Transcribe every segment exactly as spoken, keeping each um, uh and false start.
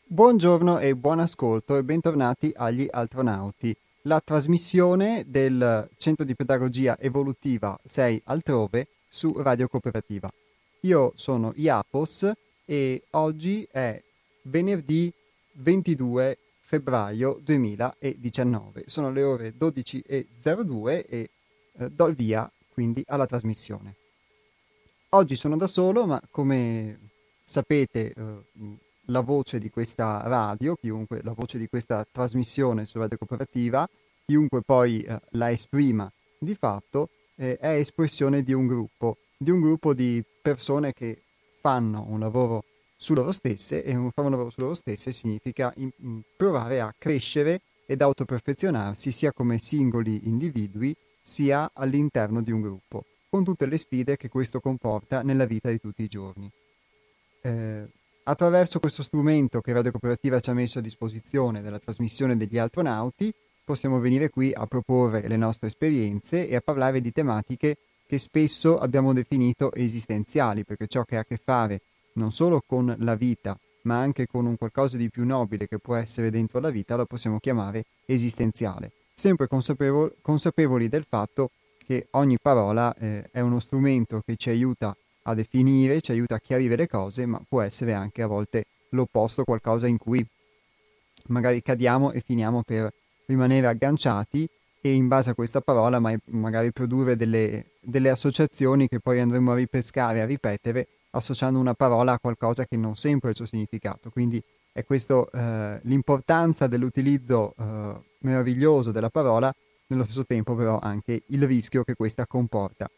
Buongiorno e buon ascolto e bentornati agli Altronauti, la trasmissione del Centro di Pedagogia Evolutiva sei Altrove su Radio Cooperativa. Io sono Iapos e oggi è venerdì ventidue febbraio duemiladiciannove. Sono le ore dodici e zero due e eh, do il via quindi alla trasmissione. Oggi sono da solo, ma come sapete, eh, la voce di questa radio, chiunque, la voce di questa trasmissione su Radio Cooperativa, chiunque poi eh, la esprima di fatto, eh, è espressione di un gruppo, di un gruppo di persone che fanno un lavoro su loro stesse, e un, fare un lavoro su loro stesse significa in- in provare a crescere ed autoperfezionarsi sia come singoli individui sia all'interno di un gruppo, con tutte le sfide che questo comporta nella vita di tutti i giorni. Eh, Attraverso questo strumento che Radio Cooperativa ci ha messo a disposizione della trasmissione degli Altronauti, possiamo venire qui a proporre le nostre esperienze e a parlare di tematiche che spesso abbiamo definito esistenziali, perché ciò che ha a che fare non solo con la vita, ma anche con un qualcosa di più nobile che può essere dentro la vita, lo possiamo chiamare esistenziale, sempre consapevoli, consapevoli del fatto che ogni parola eh, è uno strumento che ci aiuta a definire, ci aiuta a chiarire le cose, ma può essere anche a volte l'opposto, qualcosa in cui magari cadiamo e finiamo per rimanere agganciati e in base a questa parola mai- magari produrre delle, delle associazioni che poi andremo a ripescare, a ripetere, associando una parola a qualcosa che non sempre ha il suo significato. Quindi è questo eh, l'importanza dell'utilizzo eh, meraviglioso della parola, nello stesso tempo però anche il rischio che questa comporta.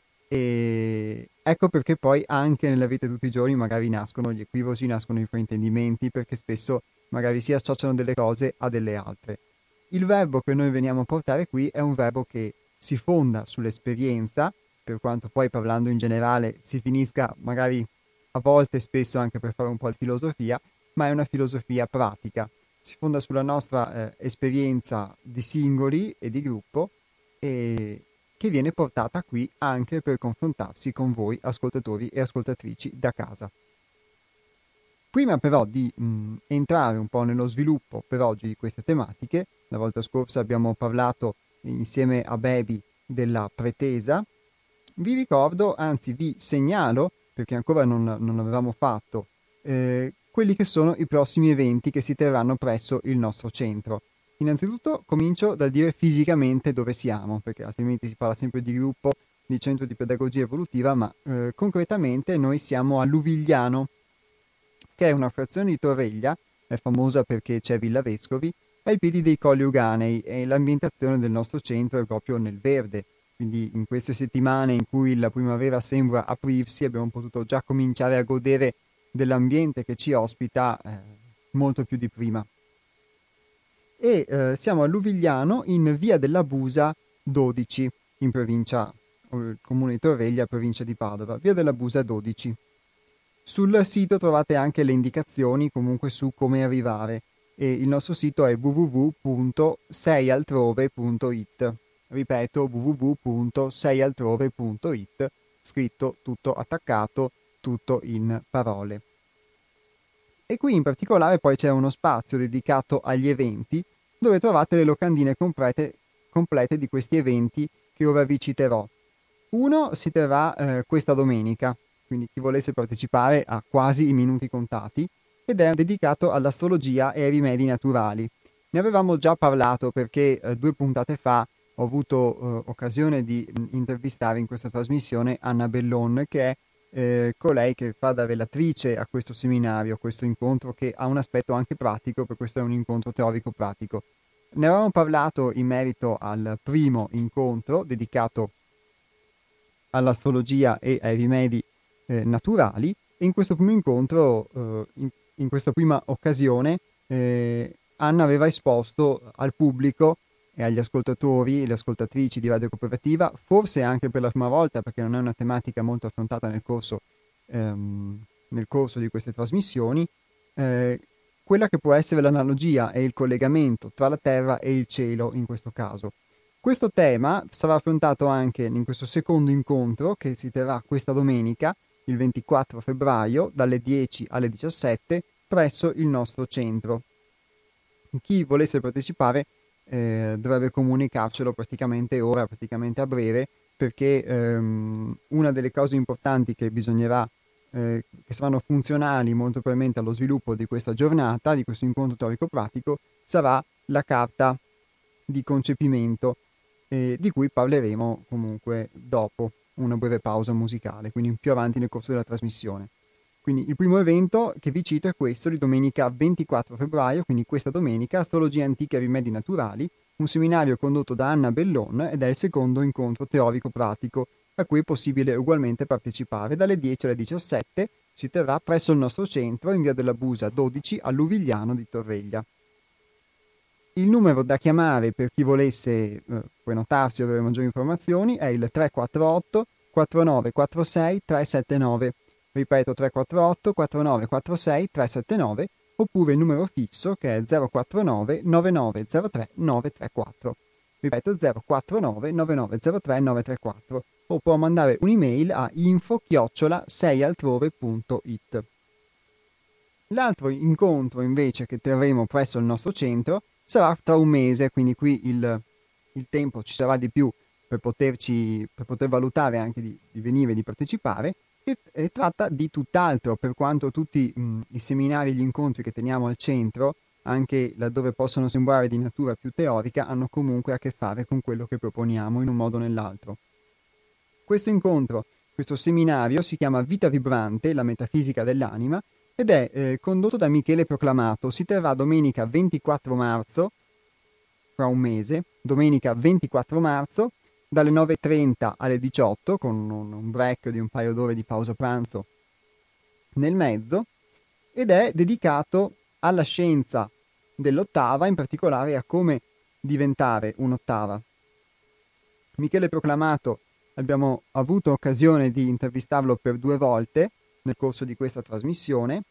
E ecco perché poi anche nella vita di tutti i giorni magari nascono gli equivoci, nascono i fraintendimenti, perché spesso magari si associano delle cose a delle altre. Il verbo che noi veniamo a portare qui è un verbo che si fonda sull'esperienza, per quanto poi parlando in generale si finisca magari a volte spesso anche per fare un po' di filosofia, ma è una filosofia pratica. Si fonda sulla nostra eh, esperienza di singoli e di gruppo e che viene portata qui anche per confrontarsi con voi ascoltatori e ascoltatrici da casa. Prima però di mh, entrare un po' nello sviluppo per oggi di queste tematiche, la volta scorsa abbiamo parlato insieme a Baby della pretesa, vi ricordo, anzi vi segnalo, perché ancora non, non l'avevamo fatto, eh, quelli che sono i prossimi eventi che si terranno presso il nostro centro. Innanzitutto comincio dal dire fisicamente dove siamo, perché altrimenti si parla sempre di gruppo, di centro di pedagogia evolutiva, ma eh, concretamente noi siamo a Luvigliano, che è una frazione di Torreglia, è famosa perché c'è Villa Vescovi, ai piedi dei Colli Euganei, e l'ambientazione del nostro centro è proprio nel verde. Quindi in queste settimane in cui la primavera sembra aprirsi abbiamo potuto già cominciare a godere dell'ambiente che ci ospita eh, molto più di prima. E eh, siamo a Luvigliano in via della Busa dodici, in provincia, eh, comune di Torreglia, provincia di Padova, via della Busa dodici. Sul sito trovate anche le indicazioni comunque su come arrivare e il nostro sito è w w w punto sei altrove punto i t. Ripeto, w w w punto sei altrove punto i t, scritto tutto attaccato, tutto in parole. E qui in particolare poi c'è uno spazio dedicato agli eventi dove trovate le locandine complete, complete di questi eventi che ora vi citerò. Uno si terrà eh, questa domenica, quindi chi volesse partecipare ha quasi i minuti contati, ed è dedicato all'astrologia e ai rimedi naturali. Ne avevamo già parlato perché eh, due puntate fa ho avuto eh, occasione di mh, intervistare in questa trasmissione Anna Bellon, che è eh, colei che fa da relatrice a questo seminario, a questo incontro che ha un aspetto anche pratico, per questo è un incontro teorico-pratico. Ne avevamo parlato in merito al primo incontro dedicato all'astrologia e ai rimedi eh, naturali, e in questo primo incontro, eh, in, in questa prima occasione, eh, Anna aveva esposto al pubblico e agli ascoltatori e le ascoltatrici di Radio Cooperativa, forse anche per la prima volta, perché non è una tematica molto affrontata nel corso, ehm, nel corso di queste trasmissioni, eh, quella che può essere l'analogia e il collegamento tra la Terra e il cielo in questo caso. Questo tema sarà affrontato anche in questo secondo incontro che si terrà questa domenica, il ventiquattro febbraio, dalle dieci alle diciassette, presso il nostro centro. Chi volesse partecipare eh, dovrebbe comunicarcelo praticamente ora, praticamente a breve, perché ehm, una delle cose importanti che bisognerà, eh, che saranno funzionali molto probabilmente allo sviluppo di questa giornata, di questo incontro teorico-pratico, sarà la carta di concepimento, eh, di cui parleremo comunque dopo una breve pausa musicale, quindi più avanti nel corso della trasmissione. Quindi il primo evento che vi cito è questo di domenica ventiquattro febbraio, quindi questa domenica, Astrologia antica e rimedi naturali, un seminario condotto da Anna Bellon ed è il secondo incontro teorico-pratico a cui è possibile ugualmente partecipare. Dalle dieci alle diciassette si terrà presso il nostro centro in via della Busa dodici a Luvigliano di Torreglia. Il numero da chiamare per chi volesse eh, prenotarsi o avere maggiori informazioni è il tre quattro otto quattro nove quattro sei tre sette nove. Ripeto, tre quattro otto quattro nove quattro sei tre sette nove, oppure il numero fisso che è zero quattro nove nove nove zero tre nove tre quattro. Ripeto, zero quattro nove nove nove zero tre nove tre quattro, o può mandare un'email a info chiocciola sei altrove punto it. L'altro incontro invece che terremo presso il nostro centro sarà tra un mese, quindi qui il, il tempo ci sarà di più per poterci, per poter valutare anche di, di venire, di partecipare, e, e tratta di tutt'altro, per quanto tutti mh, i seminari e gli incontri che teniamo al centro, anche laddove possono sembrare di natura più teorica, hanno comunque a che fare con quello che proponiamo in un modo o nell'altro. Questo incontro, questo seminario si chiama Vita Vibrante, la metafisica dell'anima, ed è eh, condotto da Michele Proclamato. Si terrà domenica ventiquattro marzo, fra un mese, domenica ventiquattro marzo, dalle nove e trenta alle diciotto, con un, un break di un paio d'ore di pausa pranzo nel mezzo, ed è dedicato alla scienza dell'ottava, in particolare a come diventare un'ottava. Michele Proclamato abbiamo avuto occasione di intervistarlo per due volte nel corso di questa trasmissione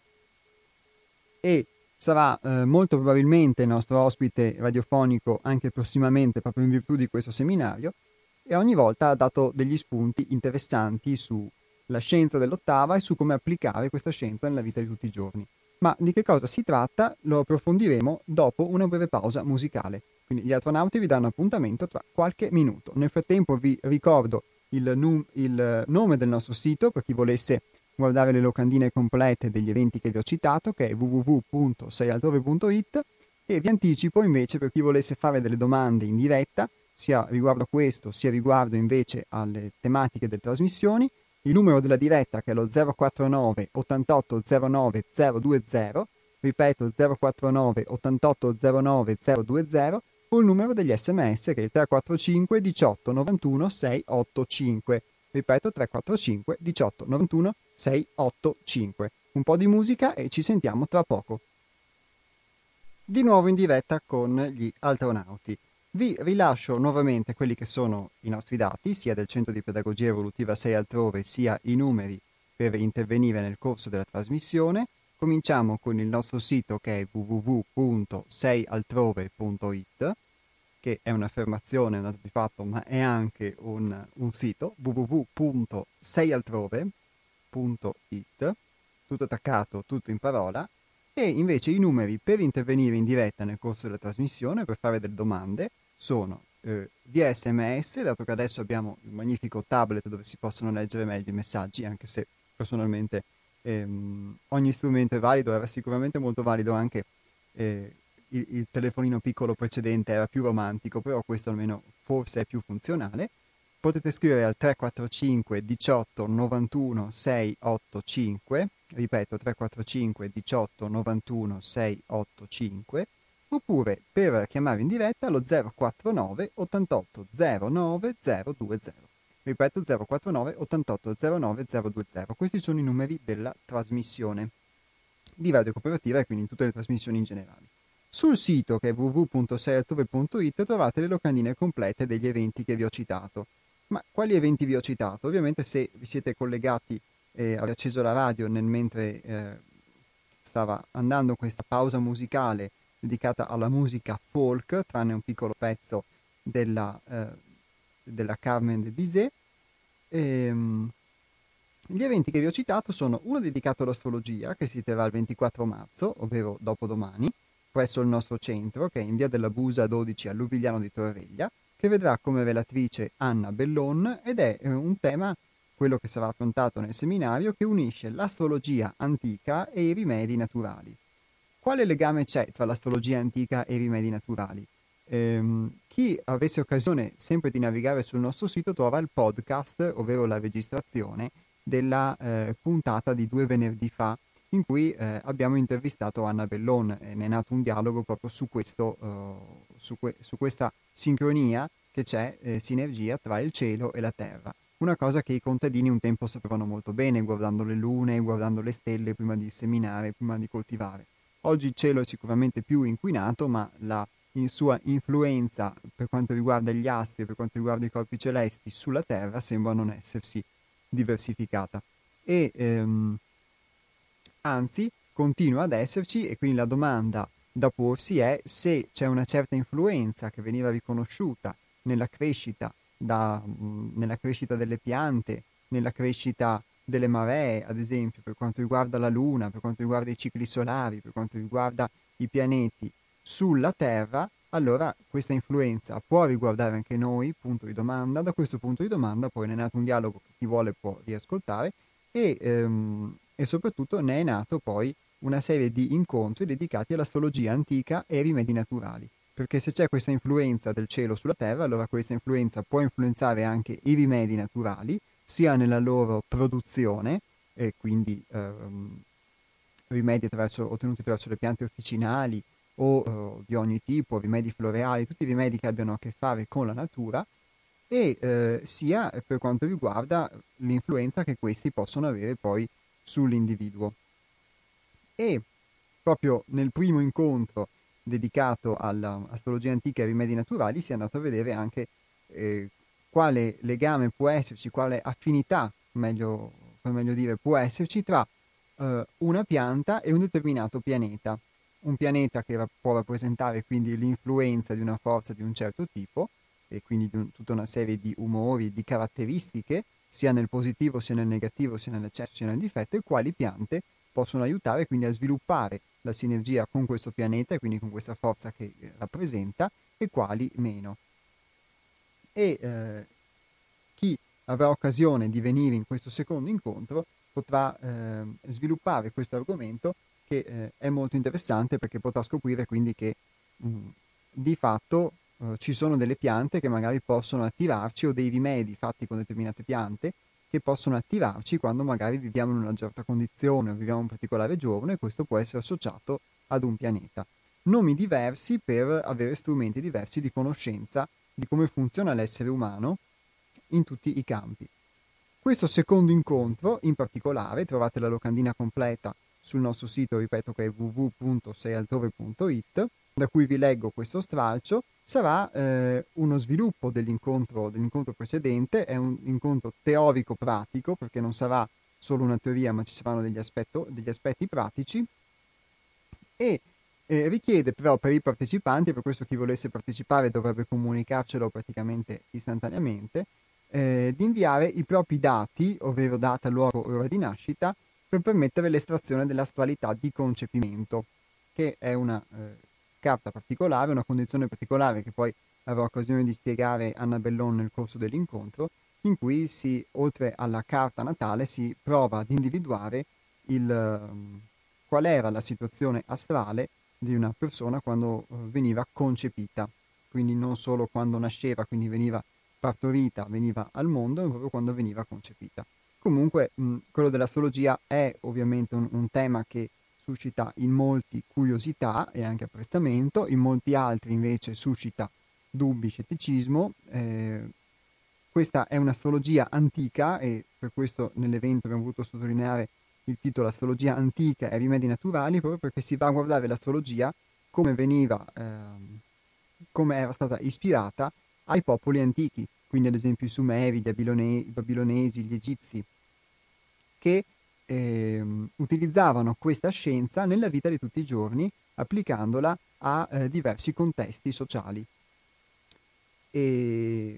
e sarà eh, molto probabilmente il nostro ospite radiofonico anche prossimamente, proprio in virtù di questo seminario, e ogni volta ha dato degli spunti interessanti sulla scienza dell'ottava e su come applicare questa scienza nella vita di tutti i giorni. Ma di che cosa si tratta lo approfondiremo dopo una breve pausa musicale. Quindi gli astronauti vi danno appuntamento tra qualche minuto. Nel frattempo vi ricordo il, num- il nome del nostro sito per chi volesse guardare le locandine complete degli eventi che vi ho citato, che è w w w punto sei altrove punto it, e vi anticipo invece per chi volesse fare delle domande in diretta, sia riguardo a questo, sia riguardo invece alle tematiche delle trasmissioni, il numero della diretta che è lo zero quattro nove ottantotto zero nove zero due zero, ripeto zero quattro nove ottantotto zero nove zero due zero, o il numero degli sms che è il tre quattro cinque diciotto novantuno sei otto cinque. Ripeto, tre quattro cinque diciotto novantuno sei otto cinque. Un po' di musica e ci sentiamo tra poco. Di nuovo in diretta con gli astronauti. Vi rilascio nuovamente quelli che sono i nostri dati, sia del Centro di Pedagogia Evolutiva sei altrove, sia i numeri per intervenire nel corso della trasmissione. Cominciamo con il nostro sito che è w w w punto sei altrove punto it, che è un'affermazione, un dato di fatto, ma è anche un, un sito, w w w punto sei altrove punto it, tutto attaccato, tutto in parola, e invece i numeri per intervenire in diretta nel corso della trasmissione, per fare delle domande, sono eh, via sms, dato che adesso abbiamo il magnifico tablet dove si possono leggere meglio i messaggi, anche se personalmente ehm, ogni strumento è valido, era sicuramente molto valido anche eh, il, il telefonino piccolo precedente, era più romantico, però questo almeno forse è più funzionale. Potete scrivere al tre quattro cinque diciotto novantuno sei otto cinque, ripeto tre quattro cinque diciotto novantuno sei otto cinque, oppure per chiamare in diretta allo zero quattro nove ottantotto zero nove zero due zero. Ripeto zero quattro nove ottantotto zero nove zero due zero. Questi sono i numeri della trasmissione di Radio Cooperativa e quindi in tutte le trasmissioni in generale. Sul sito che è w w w punto sei altrove punto it trovate le locandine complete degli eventi che vi ho citato. Ma quali eventi vi ho citato? Ovviamente se vi siete collegati e avete acceso la radio nel mentre eh, stava andando questa pausa musicale dedicata alla musica folk, tranne un piccolo pezzo della, eh, della Carmen de Bizet, ehm, Gli eventi che vi ho citato sono uno dedicato all'astrologia, che si terrà il ventiquattro marzo, ovvero dopodomani, presso il nostro centro, che è in via della Busa dodici a Luvigliano di Torreveglia, che vedrà come relatrice Anna Bellon, ed è eh, un tema, quello che sarà affrontato nel seminario, che unisce l'astrologia antica e i rimedi naturali. Quale legame c'è tra l'astrologia antica e i rimedi naturali? Ehm, chi avesse occasione sempre di navigare sul nostro sito trova il podcast, ovvero la registrazione della eh, puntata di due venerdì fa, in cui eh, abbiamo intervistato Anna Bellon e ne è nato un dialogo proprio su, questo, uh, su, que- su questa sincronia che c'è, eh, sinergia tra il cielo e la terra. Una cosa che i contadini un tempo sapevano molto bene, guardando le lune, guardando le stelle prima di seminare, prima di coltivare. Oggi il cielo è sicuramente più inquinato, ma la in sua influenza per quanto riguarda gli astri e per quanto riguarda i corpi celesti sulla Terra sembra non essersi diversificata. E ehm, anzi continua ad esserci, e quindi la domanda da porsi è se c'è una certa influenza che veniva riconosciuta nella crescita, da, mh, nella crescita delle piante, nella crescita delle maree, ad esempio, per quanto riguarda la Luna, per quanto riguarda i cicli solari, per quanto riguarda i pianeti sulla Terra, allora questa influenza può riguardare anche noi, punto di domanda. Da questo punto di domanda poi ne è nato un dialogo che chi vuole può riascoltare, e, ehm, e soprattutto ne è nato poi una serie di incontri dedicati all'astrologia antica e ai rimedi naturali. Perché se c'è questa influenza del cielo sulla Terra, allora questa influenza può influenzare anche i rimedi naturali, sia nella loro produzione, e quindi ehm, rimedi attraverso, ottenuti attraverso le piante officinali o eh, di ogni tipo, rimedi floreali, tutti i rimedi che abbiano a che fare con la natura, e eh, sia per quanto riguarda l'influenza che questi possono avere poi sull'individuo. E proprio nel primo incontro dedicato all'astrologia antica e ai rimedi naturali si è andato a vedere anche eh, quale legame può esserci, quale affinità, meglio, per meglio dire, può esserci tra eh, una pianta e un determinato pianeta. Un pianeta che ra- può rappresentare quindi l'influenza di una forza di un certo tipo, e quindi di un- tutta una serie di umori, di caratteristiche, sia nel positivo, sia nel negativo, sia nell'eccesso, sia nel difetto, e quali piante possono aiutare quindi a sviluppare la sinergia con questo pianeta e quindi con questa forza che eh, rappresenta, e quali meno. E eh, chi avrà occasione di venire in questo secondo incontro potrà eh, sviluppare questo argomento, che eh, è molto interessante, perché potrà scoprire quindi che mh, di fatto eh, ci sono delle piante che magari possono attivarci, o dei rimedi fatti con determinate piante che possono attivarci quando magari viviamo in una certa condizione o viviamo un particolare giorno, e questo può essere associato ad un pianeta. Nomi diversi per avere strumenti diversi di conoscenza di come funziona l'essere umano in tutti i campi. Questo secondo incontro, in particolare, trovate la locandina completa sul nostro sito, ripeto che è w w w punto sei altrove punto i t, da cui vi leggo questo stralcio. Sarà eh, uno sviluppo dell'incontro, dell'incontro precedente, è un incontro teorico-pratico, perché non sarà solo una teoria, ma ci saranno degli, aspetto, degli aspetti pratici, e eh, richiede però per i partecipanti, per questo chi volesse partecipare dovrebbe comunicarcelo praticamente istantaneamente, eh, di inviare i propri dati, ovvero data, luogo e ora di nascita, per permettere l'estrazione dell'astralità di concepimento, che è una eh, carta particolare, una condizione particolare che poi avrò occasione di spiegare Anna Bellon nel corso dell'incontro, in cui si, oltre alla carta natale, si prova ad individuare il, ehm, qual era la situazione astrale di una persona quando eh, veniva concepita, quindi non solo quando nasceva, quindi veniva partorita, veniva al mondo, ma proprio quando veniva concepita. Comunque, mh, quello dell'astrologia è ovviamente un, un tema che suscita in molti curiosità e anche apprezzamento, in molti altri invece suscita dubbi, scetticismo. Eh, questa è un'astrologia antica, e per questo nell'evento abbiamo voluto sottolineare il titolo Astrologia antica e rimedi naturali, proprio perché si va a guardare l'astrologia come veniva, ehm, come era stata ispirata ai popoli antichi, quindi ad esempio i Sumeri, gli Abilone- i Babilonesi, gli Egizi, che ehm, utilizzavano questa scienza nella vita di tutti i giorni, applicandola a eh, diversi contesti sociali. E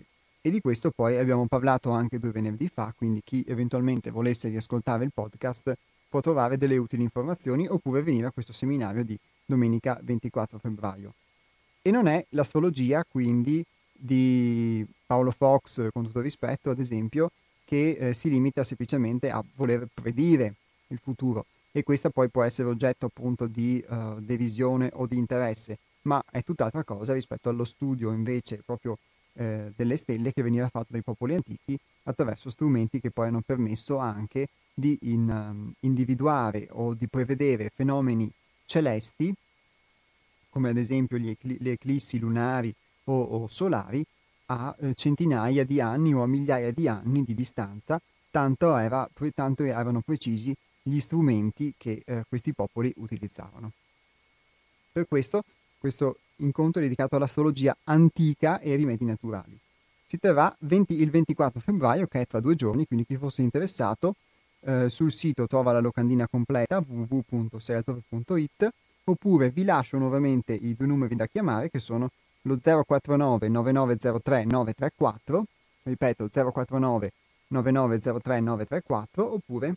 E di questo poi abbiamo parlato anche due venerdì fa, quindi chi eventualmente volesse riascoltare il podcast può trovare delle utili informazioni oppure venire a questo seminario di domenica ventiquattro febbraio. E non è l'astrologia, quindi, di Paolo Fox, con tutto rispetto, ad esempio, che eh, si limita semplicemente a voler predire il futuro, e questa poi può essere oggetto appunto di uh, derisione o di interesse, ma è tutt'altra cosa rispetto allo studio invece proprio eh, delle stelle che veniva fatto dai popoli antichi attraverso strumenti che poi hanno permesso anche di in, um, individuare o di prevedere fenomeni celesti, come ad esempio gli ecl- le eclissi lunari o, o solari, a eh, centinaia di anni o a migliaia di anni di distanza, tanto, era, tanto erano precisi gli strumenti che eh, questi popoli utilizzavano. Per questo, questo incontro è dedicato all'astrologia antica e ai rimedi naturali. Si terrà venti, il ventiquattro febbraio, che è tra due giorni, quindi chi fosse interessato eh, sul sito trova la locandina completa w w w punto sei altrove punto i t, oppure vi lascio nuovamente i due numeri da chiamare, che sono lo zero quattro nove nove nove zero tre nove tre quattro, ripeto zero quattro nove nove nove zero tre nove tre quattro, oppure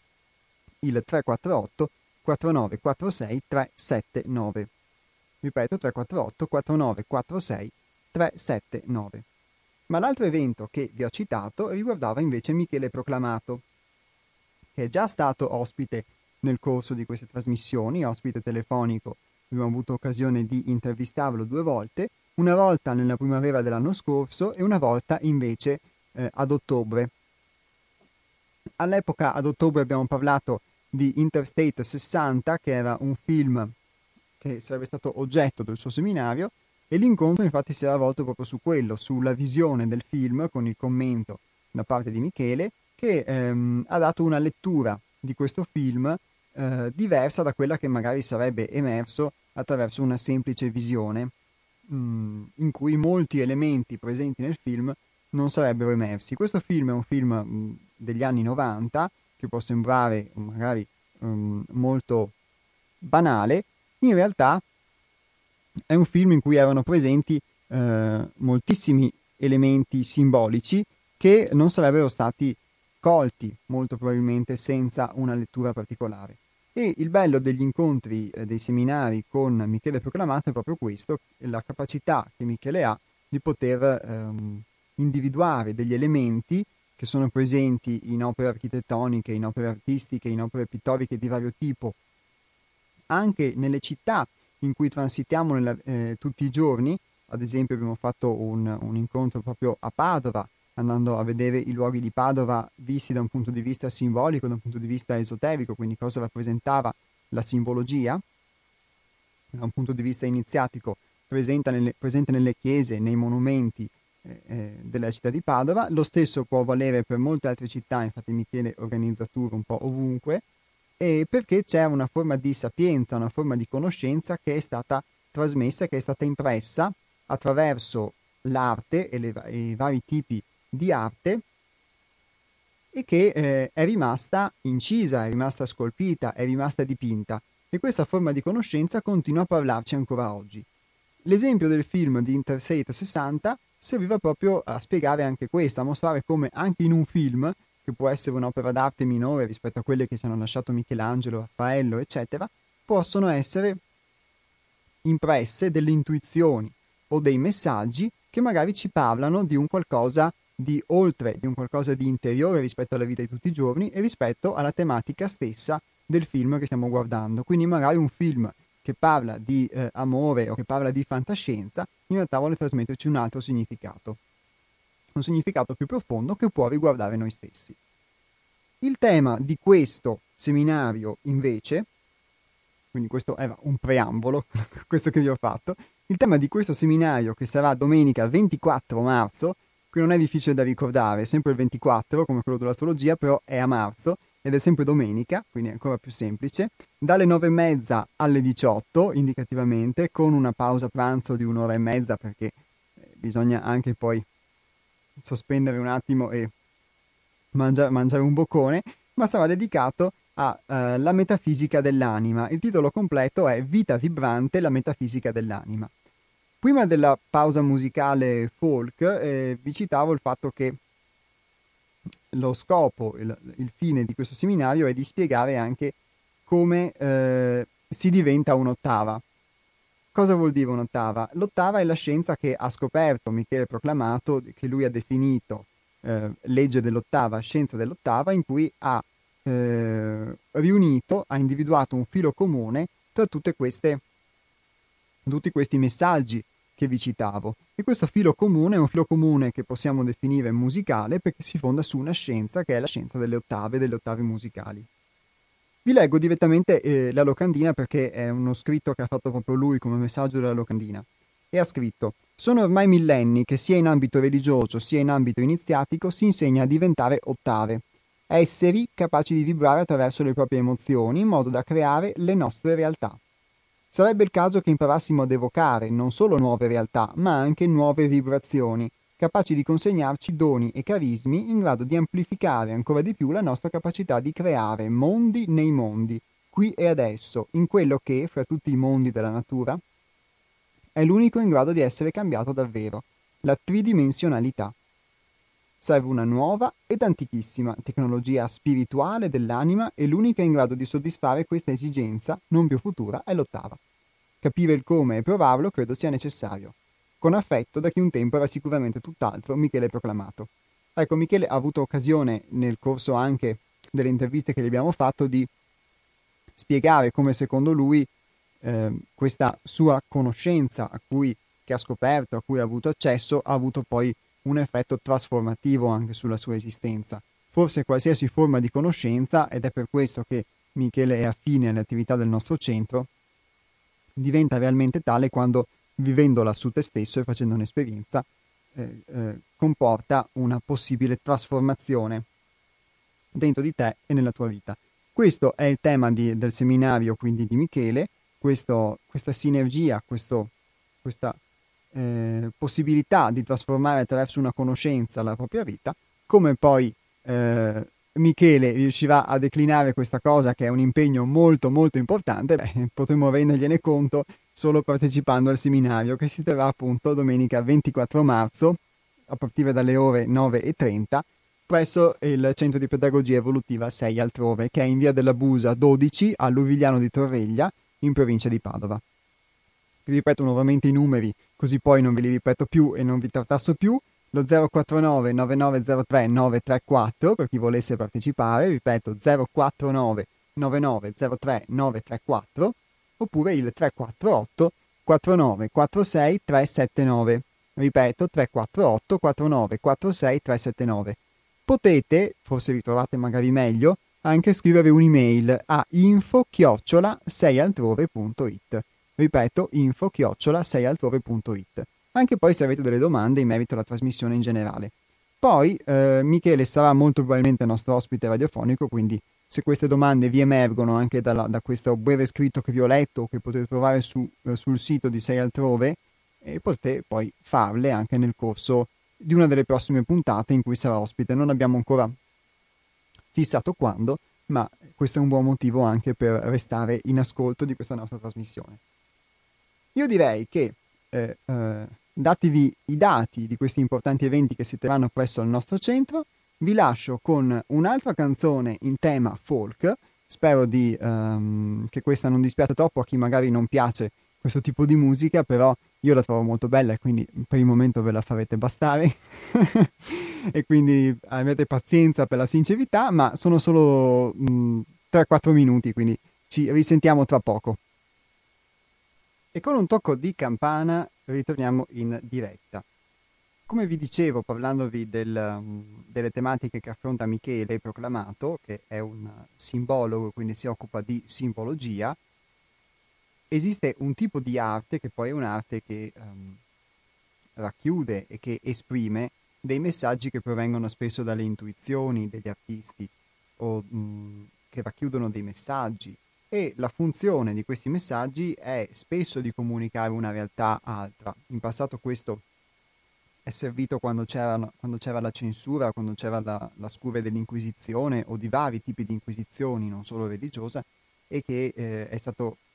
il tre quattro otto quattro nove quattro sei tre sette nove. Ripeto tre quattro otto quattro nove quattro sei tre sette nove. Ma l'altro evento che vi ho citato riguardava invece Michele Proclamato, che è già stato ospite nel corso di queste trasmissioni, ospite telefonico. Abbiamo avuto occasione di intervistarlo due volte, una volta nella primavera dell'anno scorso e una volta invece eh, ad ottobre. All'epoca, ad ottobre, abbiamo parlato di Interstate sessanta, che era un film che sarebbe stato oggetto del suo seminario, e l'incontro infatti si era volto proprio su quello, sulla visione del film, con il commento da parte di Michele, che ehm, ha dato una lettura di questo film eh, diversa da quella che magari sarebbe emerso attraverso una semplice visione, mh, in cui molti elementi presenti nel film non sarebbero emersi. Questo film è un film mh, degli anni novanta, che può sembrare magari mh, molto banale. In realtà è un film in cui erano presenti eh, moltissimi elementi simbolici che non sarebbero stati colti molto probabilmente senza una lettura particolare. E il bello degli incontri, eh, dei seminari con Michele Proclamato è proprio questo, la capacità che Michele ha di poter ehm, individuare degli elementi che sono presenti in opere architettoniche, in opere artistiche, in opere pittoriche di vario tipo, anche nelle città in cui transitiamo nella, eh, tutti i giorni. Ad esempio abbiamo fatto un, un incontro proprio a Padova, andando a vedere i luoghi di Padova visti da un punto di vista simbolico, da un punto di vista esoterico, quindi cosa rappresentava la simbologia, da un punto di vista iniziatico, presente nelle, presente nelle chiese, nei monumenti eh, eh, della città di Padova. Lo stesso può valere per molte altre città, infatti Michele organizza tour un po' ovunque, e perché c'è una forma di sapienza, una forma di conoscenza che è stata trasmessa, che è stata impressa attraverso l'arte e, le, e i vari tipi di arte, e che eh, è rimasta incisa, è rimasta scolpita, è rimasta dipinta, e questa forma di conoscenza continua a parlarci ancora oggi. L'esempio del film di Interstate sessanta serviva proprio a spiegare anche questo, a mostrare come anche in un film, che può essere un'opera d'arte minore rispetto a quelle che ci hanno lasciato Michelangelo, Raffaello, eccetera, possono essere impresse delle intuizioni o dei messaggi che magari ci parlano di un qualcosa di oltre, di un qualcosa di interiore rispetto alla vita di tutti i giorni e rispetto alla tematica stessa del film che stiamo guardando. Quindi magari un film che parla di eh, amore o che parla di fantascienza in realtà vuole trasmetterci un altro significato, un significato più profondo che può riguardare noi stessi. Il tema di questo seminario invece, quindi questo era un preambolo, questo che vi ho fatto, il tema di questo seminario, che sarà domenica ventiquattro marzo, qui non è difficile da ricordare, è sempre il ventiquattro come quello dell'astrologia, però è a marzo ed è sempre domenica, quindi è ancora più semplice, dalle nove e mezza alle diciotto indicativamente, con una pausa pranzo di un'ora e mezza perché eh, bisogna anche poi sospendere un attimo e mangia- mangiare un boccone, ma sarà dedicato alla metafisica dell'anima. Il titolo completo è Vita vibrante, la metafisica dell'anima. Prima della pausa musicale folk eh, vi citavo il fatto che lo scopo, il, il fine di questo seminario è di spiegare anche come eh, si diventa un'ottava. Cosa vuol dire un'ottava? L'ottava è la scienza che ha scoperto Michele Proclamato, che lui ha definito eh, legge dell'ottava, scienza dell'ottava, in cui ha eh, riunito, ha individuato un filo comune tra tutte queste, tutti questi messaggi che vi citavo. E questo filo comune è un filo comune che possiamo definire musicale perché si fonda su una scienza che è la scienza delle ottave, delle ottave musicali. Vi leggo direttamente eh, la locandina perché è uno scritto che ha fatto proprio lui come messaggio della locandina. E ha scritto: sono ormai millenni che sia in ambito religioso sia in ambito iniziatico si insegna a diventare ottave, esseri capaci di vibrare attraverso le proprie emozioni in modo da creare le nostre realtà. Sarebbe il caso che imparassimo ad evocare non solo nuove realtà, ma anche nuove vibrazioni, capaci di consegnarci doni e carismi in grado di amplificare ancora di più la nostra capacità di creare mondi nei mondi, qui e adesso, in quello che, fra tutti i mondi della natura, è l'unico in grado di essere cambiato davvero, la tridimensionalità. Serve una nuova ed antichissima tecnologia spirituale dell'anima e l'unica in grado di soddisfare questa esigenza, non più futura, è l'ottava. Capire il come e provarlo credo sia necessario. Con affetto da chi un tempo era sicuramente tutt'altro, Michele Proclamato. Ecco, Michele ha avuto occasione nel corso anche delle interviste che gli abbiamo fatto di spiegare come secondo lui eh, questa sua conoscenza a cui, che ha scoperto, a cui ha avuto accesso, ha avuto poi un effetto trasformativo anche sulla sua esistenza. Forse qualsiasi forma di conoscenza, ed è per questo che Michele è affine alle attività del nostro centro, diventa realmente tale quando, vivendola su te stesso e facendo un'esperienza, eh, eh, comporta una possibile trasformazione dentro di te e nella tua vita. Questo è il tema di, del seminario quindi di Michele, questo, questa sinergia, questo, questa eh, possibilità di trasformare attraverso una conoscenza la propria vita, come poi eh, Michele riuscirà a declinare questa cosa che è un impegno molto molto importante, beh, potremo rendergliene conto solo partecipando al seminario che si terrà appunto domenica ventiquattro marzo a partire dalle ore nove e trenta presso il Centro di Pedagogia Evolutiva sei altrove, che è in via della Busa dodici a Luvigliano di Torreglia, in provincia di Padova. Vi ripeto nuovamente i numeri, così poi non ve li ripeto più e non vi tartasso più. Lo zero quattro nove nove nove zero tre nove tre quattro per chi volesse partecipare, ripeto zero quattro nove nove nove zero tre nove tre quattro, oppure il tre quattro otto quattro nove quattro sei tre sette nove. Ripeto tre quattro otto quattro nove quattro sei tre sette nove. Potete, forse vi trovate magari meglio, anche scrivere un'email a info chiocciola sei altrove punto it. Ripeto, info chiocciola sei altrove punto it. Anche poi se avete delle domande in merito alla trasmissione in generale. Poi eh, Michele sarà molto probabilmente nostro ospite radiofonico, quindi se queste domande vi emergono anche dalla, da questo breve scritto che vi ho letto, che potete trovare su, eh, sul sito di Sei Altrove, e potete poi farle anche nel corso di una delle prossime puntate in cui sarà ospite. Non abbiamo ancora fissato quando, ma questo è un buon motivo anche per restare in ascolto di questa nostra trasmissione. Io direi che, eh, eh, datevi i dati di questi importanti eventi che si terranno presso il nostro centro, vi lascio con un'altra canzone in tema folk. Spero di, um, che questa non dispiace troppo a chi magari non piace questo tipo di musica, però io la trovo molto bella e quindi per il momento ve la farete bastare. E quindi avete pazienza per la sincerità, ma sono solo mh, tre quattro minuti, quindi ci risentiamo tra poco. E con un tocco di campana ritorniamo in diretta. Come vi dicevo, parlandovi del, delle tematiche che affronta Michele Proclamato, che è un simbologo, quindi si occupa di simbologia, esiste un tipo di arte che poi è un'arte che um, racchiude e che esprime dei messaggi che provengono spesso dalle intuizioni degli artisti o mh, che racchiudono dei messaggi. E la funzione di questi messaggi è spesso di comunicare una realtà altra. In passato questo è servito quando c'era, quando c'era la censura, quando c'era la, la scure dell'Inquisizione o di vari tipi di inquisizioni, non solo religiosa, e che eh, è stato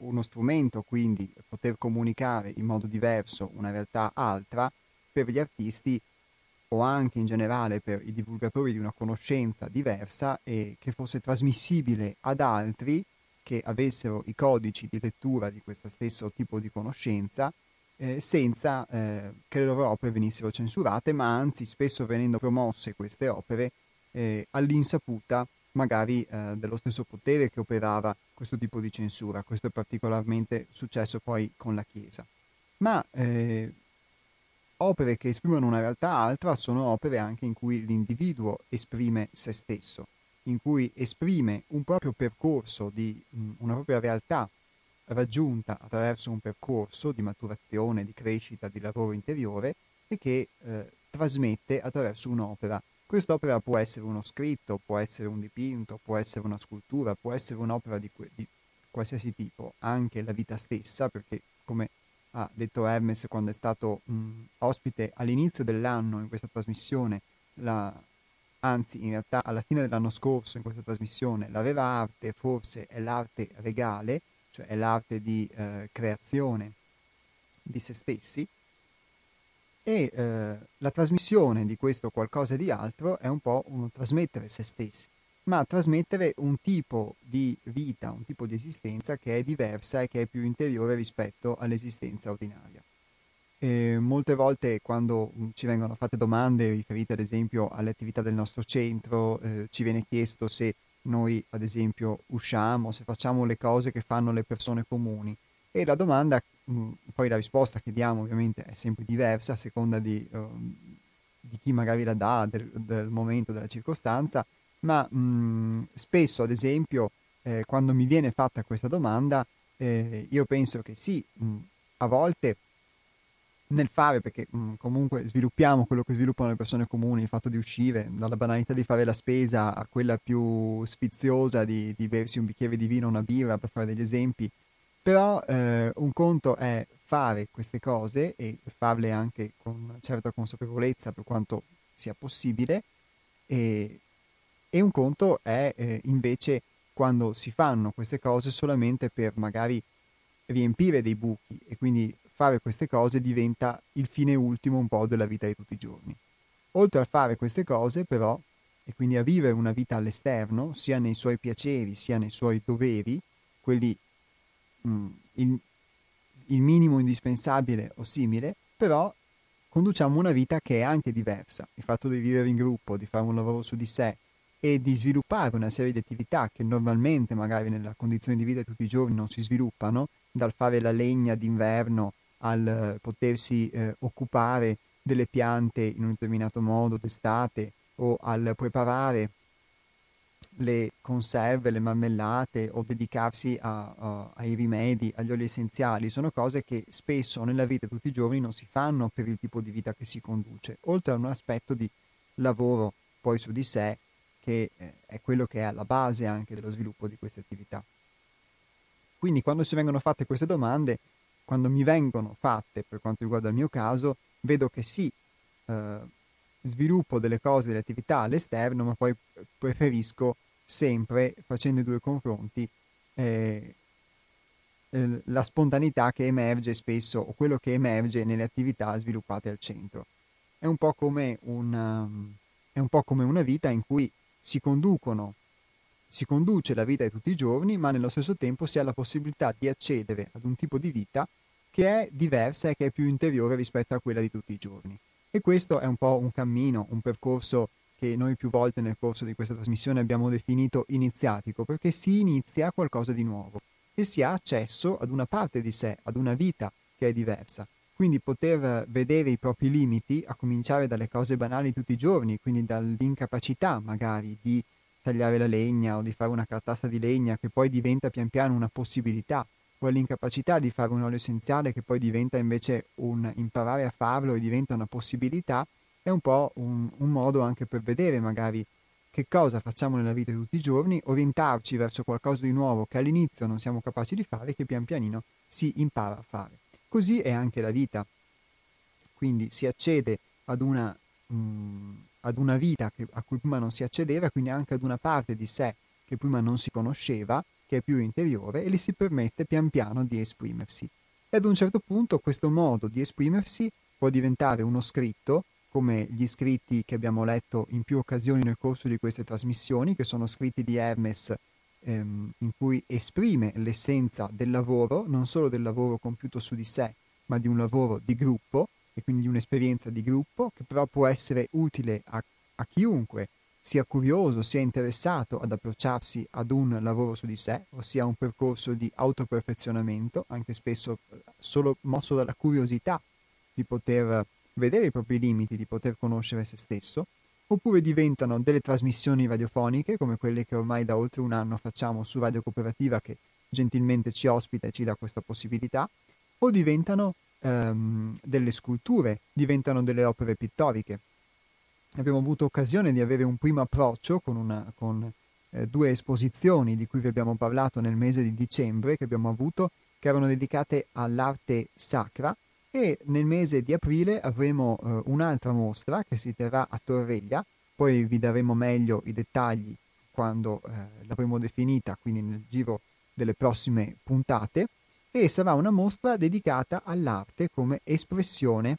uno strumento, quindi poter comunicare in modo diverso una realtà altra per gli artisti o anche in generale per i divulgatori di una conoscenza diversa e che fosse trasmissibile ad altri che avessero i codici di lettura di questo stesso tipo di conoscenza eh, senza eh, che le loro opere venissero censurate, ma anzi spesso venendo promosse queste opere eh, all'insaputa magari eh, dello stesso potere che operava questo tipo di censura. Questo è particolarmente successo poi con la Chiesa. Ma eh, opere che esprimono una realtà altra sono opere anche in cui l'individuo esprime se stesso, in cui esprime un proprio percorso di mh, una propria realtà raggiunta attraverso un percorso di maturazione, di crescita, di lavoro interiore e che eh, trasmette attraverso un'opera. Quest'opera può essere uno scritto, può essere un dipinto, può essere una scultura, può essere un'opera di, que- di qualsiasi tipo, anche la vita stessa, perché come ha detto Hermes quando è stato mh, ospite all'inizio dell'anno in questa trasmissione, la, anzi in realtà alla fine dell'anno scorso in questa trasmissione, la vera arte forse è l'arte regale, cioè è l'arte di eh, creazione di se stessi, e eh, la trasmissione di questo qualcosa di altro è un po' un trasmettere se stessi, ma trasmettere un tipo di vita, un tipo di esistenza che è diversa e che è più interiore rispetto all'esistenza ordinaria. E molte volte quando mh, ci vengono fatte domande riferite ad esempio alle attività del nostro centro, eh, ci viene chiesto se noi ad esempio usciamo, se facciamo le cose che fanno le persone comuni. E la domanda, mh, poi la risposta che diamo ovviamente è sempre diversa a seconda di, um, di chi magari la dà, del, del momento, della circostanza, ma mh, spesso ad esempio eh, quando mi viene fatta questa domanda eh, io penso che sì, mh, a volte nel fare, perché mh, comunque sviluppiamo quello che sviluppano le persone comuni, il fatto di uscire, dalla banalità di fare la spesa a quella più sfiziosa di, di bersi un bicchiere di vino o una birra, per fare degli esempi, però eh, un conto è fare queste cose e farle anche con una certa consapevolezza per quanto sia possibile, e, e un conto è eh, invece quando si fanno queste cose solamente per magari riempire dei buchi e quindi fare queste cose diventa il fine ultimo un po' della vita di tutti i giorni. Oltre a fare queste cose, però, e quindi a vivere una vita all'esterno, sia nei suoi piaceri, sia nei suoi doveri, quelli mh, il, il minimo indispensabile o simile, però conduciamo una vita che è anche diversa. Il fatto di vivere in gruppo, di fare un lavoro su di sé e di sviluppare una serie di attività che normalmente magari nella condizione di vita di tutti i giorni non si sviluppano, dal fare la legna d'inverno al eh, potersi eh, occupare delle piante in un determinato modo d'estate o al preparare le conserve, le marmellate o dedicarsi a- a- ai rimedi, agli oli essenziali, sono cose che spesso nella vita di tutti i giorni non si fanno per il tipo di vita che si conduce, oltre a un aspetto di lavoro poi su di sé, che eh, è quello che è alla base anche dello sviluppo di queste attività. Quindi quando si vengono fatte queste domande, quando mi vengono fatte per quanto riguarda il mio caso, vedo che sì, eh, sviluppo delle cose, delle attività all'esterno, ma poi preferisco sempre, facendo i due confronti, eh, eh, la spontaneità che emerge spesso o quello che emerge nelle attività sviluppate al centro. È un po' come una, è un po' come una vita in cui si conducono si conduce la vita di tutti i giorni, ma nello stesso tempo si ha la possibilità di accedere ad un tipo di vita che è diversa e che è più interiore rispetto a quella di tutti i giorni. E questo è un po' un cammino, un percorso che noi più volte nel corso di questa trasmissione abbiamo definito iniziatico, perché si inizia qualcosa di nuovo e si ha accesso ad una parte di sé, ad una vita che è diversa. Quindi poter vedere i propri limiti, a cominciare dalle cose banali di tutti i giorni, quindi dall'incapacità magari di tagliare la legna o di fare una cartassa di legna che poi diventa pian piano una possibilità, o l'incapacità di fare un olio essenziale che poi diventa invece un imparare a farlo e diventa una possibilità, è un po' un, un modo anche per vedere magari che cosa facciamo nella vita di tutti i giorni, orientarci verso qualcosa di nuovo che all'inizio non siamo capaci di fare e che pian pianino si impara a fare. Così è anche la vita, quindi si accede ad una, mh, ad una vita che, a cui prima non si accedeva, quindi anche ad una parte di sé che prima non si conosceva, che è più interiore, e gli si permette pian piano di esprimersi. E ad un certo punto questo modo di esprimersi può diventare uno scritto, come gli scritti che abbiamo letto in più occasioni nel corso di queste trasmissioni, che sono scritti di Hermes, ehm, in cui esprime l'essenza del lavoro, non solo del lavoro compiuto su di sé, ma di un lavoro di gruppo, e quindi di un'esperienza di gruppo, che però può essere utile a, a chiunque sia curioso, sia interessato ad approcciarsi ad un lavoro su di sé, ossia un percorso di autoperfezionamento, anche spesso solo mosso dalla curiosità di poter vedere i propri limiti, di poter conoscere se stesso, oppure diventano delle trasmissioni radiofoniche, come quelle che ormai da oltre un anno facciamo su Radio Cooperativa, che gentilmente ci ospita e ci dà questa possibilità, o diventano ehm, delle sculture, diventano delle opere pittoriche. Abbiamo avuto occasione di avere un primo approccio con, una, con eh, due esposizioni di cui vi abbiamo parlato nel mese di dicembre, che abbiamo avuto, che erano dedicate all'arte sacra, e nel mese di aprile avremo eh, un'altra mostra che si terrà a Torreglia, poi vi daremo meglio i dettagli quando eh, l'avremo definita, quindi nel giro delle prossime puntate, e sarà una mostra dedicata all'arte come espressione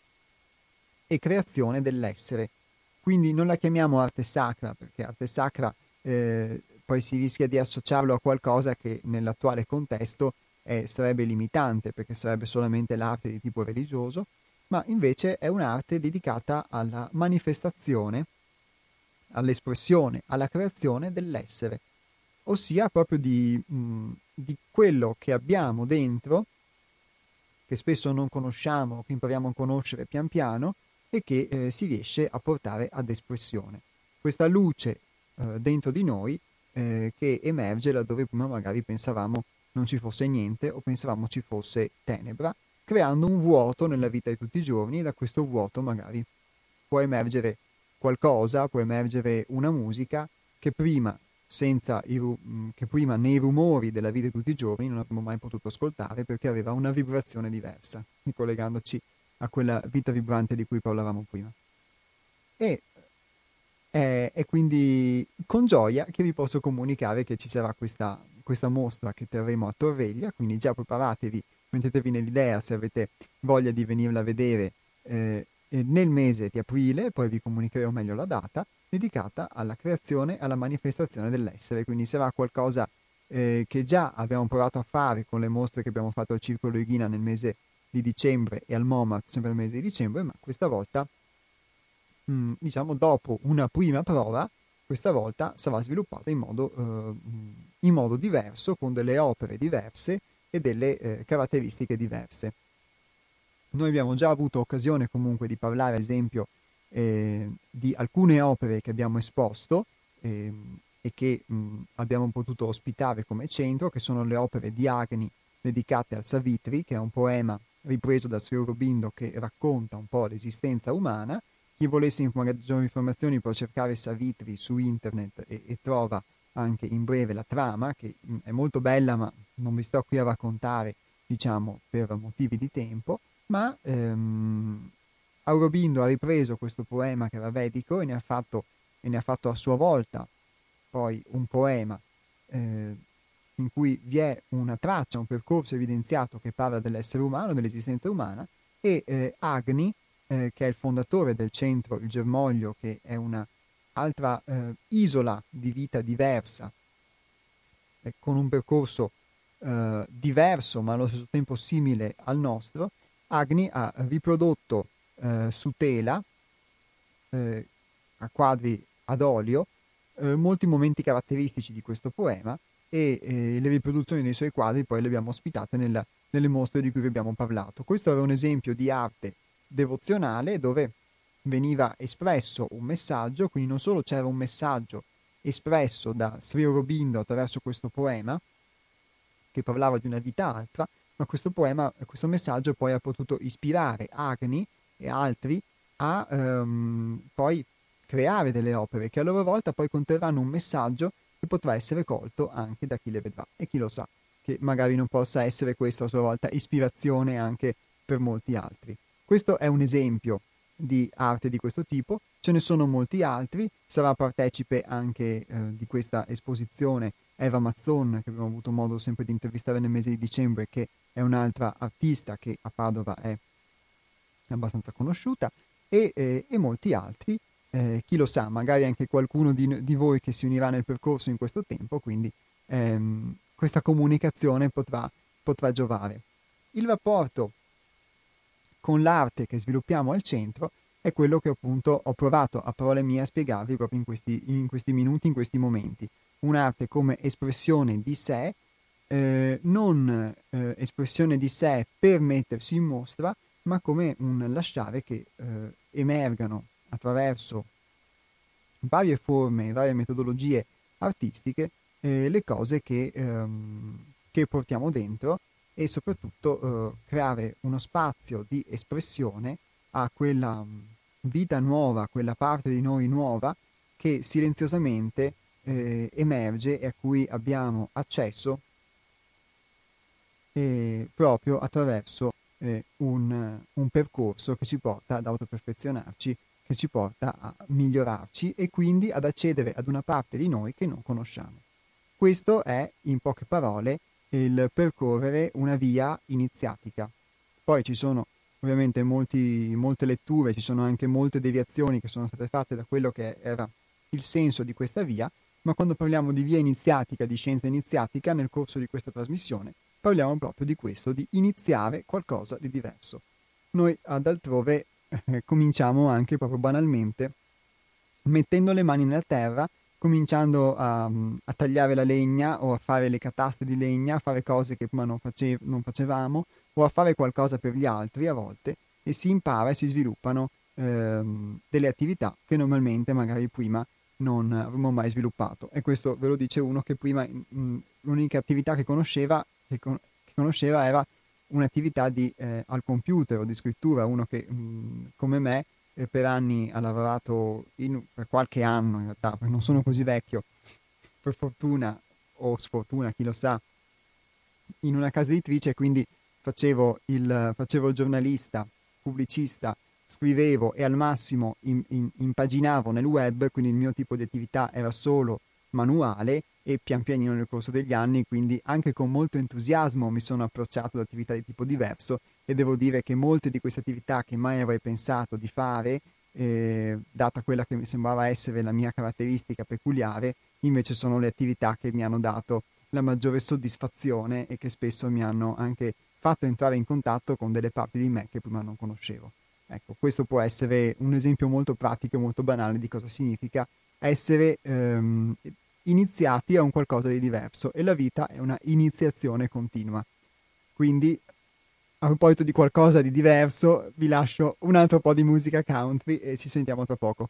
e creazione dell'essere. Quindi non la chiamiamo arte sacra, perché arte sacra eh, poi si rischia di associarlo a qualcosa che nell'attuale contesto eh, sarebbe limitante, perché sarebbe solamente l'arte di tipo religioso, ma invece è un'arte dedicata alla manifestazione, all'espressione, alla creazione dell'essere, ossia proprio di, mh, di quello che abbiamo dentro, che spesso non conosciamo, che impariamo a conoscere pian piano, e che eh, si riesce a portare ad espressione. Questa luce eh, dentro di noi eh, che emerge laddove prima magari pensavamo non ci fosse niente o pensavamo ci fosse tenebra, creando un vuoto nella vita di tutti i giorni, e da questo vuoto magari può emergere qualcosa, può emergere una musica che prima, senza i ru- che prima nei rumori della vita di tutti i giorni non avremmo mai potuto ascoltare, perché aveva una vibrazione diversa, ricollegandoci a quella vita vibrante di cui parlavamo prima. E è, è quindi con gioia che vi posso comunicare che ci sarà questa, questa mostra che terremo a Torreglia, quindi già preparatevi, mettetevi nell'idea se avete voglia di venirla a vedere eh, nel mese di aprile, poi vi comunicherò meglio la data, dedicata alla creazione e alla manifestazione dell'essere. Quindi sarà qualcosa eh, che già abbiamo provato a fare con le mostre che abbiamo fatto al Circolo Eghina nel mese di dicembre e al MoMA sempre nel mese di dicembre, ma questa volta, mh, diciamo dopo una prima prova, questa volta sarà sviluppata in modo, eh, in modo diverso, con delle opere diverse e delle eh, caratteristiche diverse. Noi abbiamo già avuto occasione comunque di parlare, ad esempio, eh, di alcune opere che abbiamo esposto eh, e che mh, abbiamo potuto ospitare come centro, che sono le opere di Agni dedicate al Savitri, che è un poema ripreso da Sri Aurobindo che racconta un po' l'esistenza umana. Chi volesse maggiori informazioni può cercare Savitri su internet e, e trova anche in breve la trama, che mh, è molto bella, ma non vi sto qui a raccontare, diciamo, per motivi di tempo. Ma ehm, Aurobindo ha ripreso questo poema che era vedico e ne ha fatto, e ne ha fatto a sua volta poi un poema eh, in cui vi è una traccia, un percorso evidenziato che parla dell'essere umano, dell'esistenza umana, e eh, Agni, eh, che è il fondatore del centro Il Germoglio, che è una altra eh, isola di vita diversa, eh, con un percorso eh, diverso ma allo stesso tempo simile al nostro. Agni ha riprodotto eh, su tela, eh, a quadri ad olio, eh, molti momenti caratteristici di questo poema, e eh, le riproduzioni dei suoi quadri poi le abbiamo ospitate nella, nelle mostre di cui vi abbiamo parlato. Questo era un esempio di arte devozionale dove veniva espresso un messaggio, quindi non solo c'era un messaggio espresso da Sri Aurobindo attraverso questo poema, che parlava di una vita altra, ma questo poema, questo messaggio poi ha potuto ispirare Agni e altri a ehm, poi creare delle opere che a loro volta poi conterranno un messaggio che potrà essere colto anche da chi le vedrà, e chi lo sa, che magari non possa essere questa a sua volta ispirazione anche per molti altri. Questo è un esempio di arte di questo tipo, ce ne sono molti altri, sarà partecipe anche eh, di questa esposizione Eva Mazzon, che abbiamo avuto modo sempre di intervistare nel mese di dicembre, che è un'altra artista che a Padova è abbastanza conosciuta, e, eh, e molti altri. Eh, chi lo sa, magari anche qualcuno di, di voi che si unirà nel percorso in questo tempo, quindi ehm, questa comunicazione potrà, potrà giovare. Il rapporto con l'arte che sviluppiamo al centro è quello che appunto ho provato a parole mie a spiegarvi proprio in questi, in questi minuti, in questi momenti. Un'arte come espressione di sé, eh, non eh, espressione di sé per mettersi in mostra, ma come un lasciare che eh, emergano attraverso varie forme, varie metodologie artistiche, eh, le cose che, ehm, che portiamo dentro, e soprattutto eh, creare uno spazio di espressione a quella mh, vita nuova, quella parte di noi nuova che silenziosamente eh, emerge e a cui abbiamo accesso eh, proprio attraverso eh, un, un percorso che ci porta ad autoperfezionarci, che ci porta a migliorarci e quindi ad accedere ad una parte di noi che non conosciamo. Questo è, in poche parole, il percorrere una via iniziatica. Poi ci sono ovviamente molti, molte letture, ci sono anche molte deviazioni che sono state fatte da quello che era il senso di questa via, ma quando parliamo di via iniziatica, di scienza iniziatica, nel corso di questa trasmissione, parliamo proprio di questo, di iniziare qualcosa di diverso. Noi ad altrove eh, cominciamo anche proprio banalmente mettendo le mani nella terra, cominciando a, a tagliare la legna o a fare le cataste di legna, a fare cose che prima non, face- non facevamo, o a fare qualcosa per gli altri a volte, e si impara e si sviluppano ehm, delle attività che normalmente magari prima non avremmo mai sviluppato. E questo ve lo dice uno che prima mh, l'unica attività che conosceva, che con- che conosceva era un'attività di, eh, al computer o di scrittura, uno che mh, come me eh, per anni ha lavorato, in, per qualche anno in realtà, perché non sono così vecchio, per fortuna o sfortuna, chi lo sa, in una casa editrice, quindi facevo il, facevo il giornalista, pubblicista, scrivevo e al massimo in- in- impaginavo nel web, quindi il mio tipo di attività era solo manuale, e pian pianino nel corso degli anni, quindi anche con molto entusiasmo, mi sono approcciato ad attività di tipo diverso, e devo dire che molte di queste attività che mai avrei pensato di fare, eh, data quella che mi sembrava essere la mia caratteristica peculiare, invece sono le attività che mi hanno dato la maggiore soddisfazione e che spesso mi hanno anche fatto entrare in contatto con delle parti di me che prima non conoscevo. Ecco, questo può essere un esempio molto pratico e molto banale di cosa significa essere ehm, iniziati a un qualcosa di diverso, e la vita è una iniziazione continua. Quindi, a proposito di qualcosa di diverso, vi lascio un altro po' di musica country e ci sentiamo tra poco.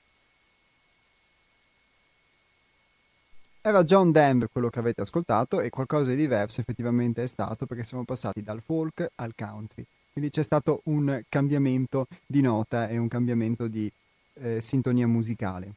Era John Denver quello che avete ascoltato, e qualcosa di diverso effettivamente è stato, perché siamo passati dal folk al country. Quindi c'è stato un cambiamento di nota e un cambiamento di eh, sintonia musicale.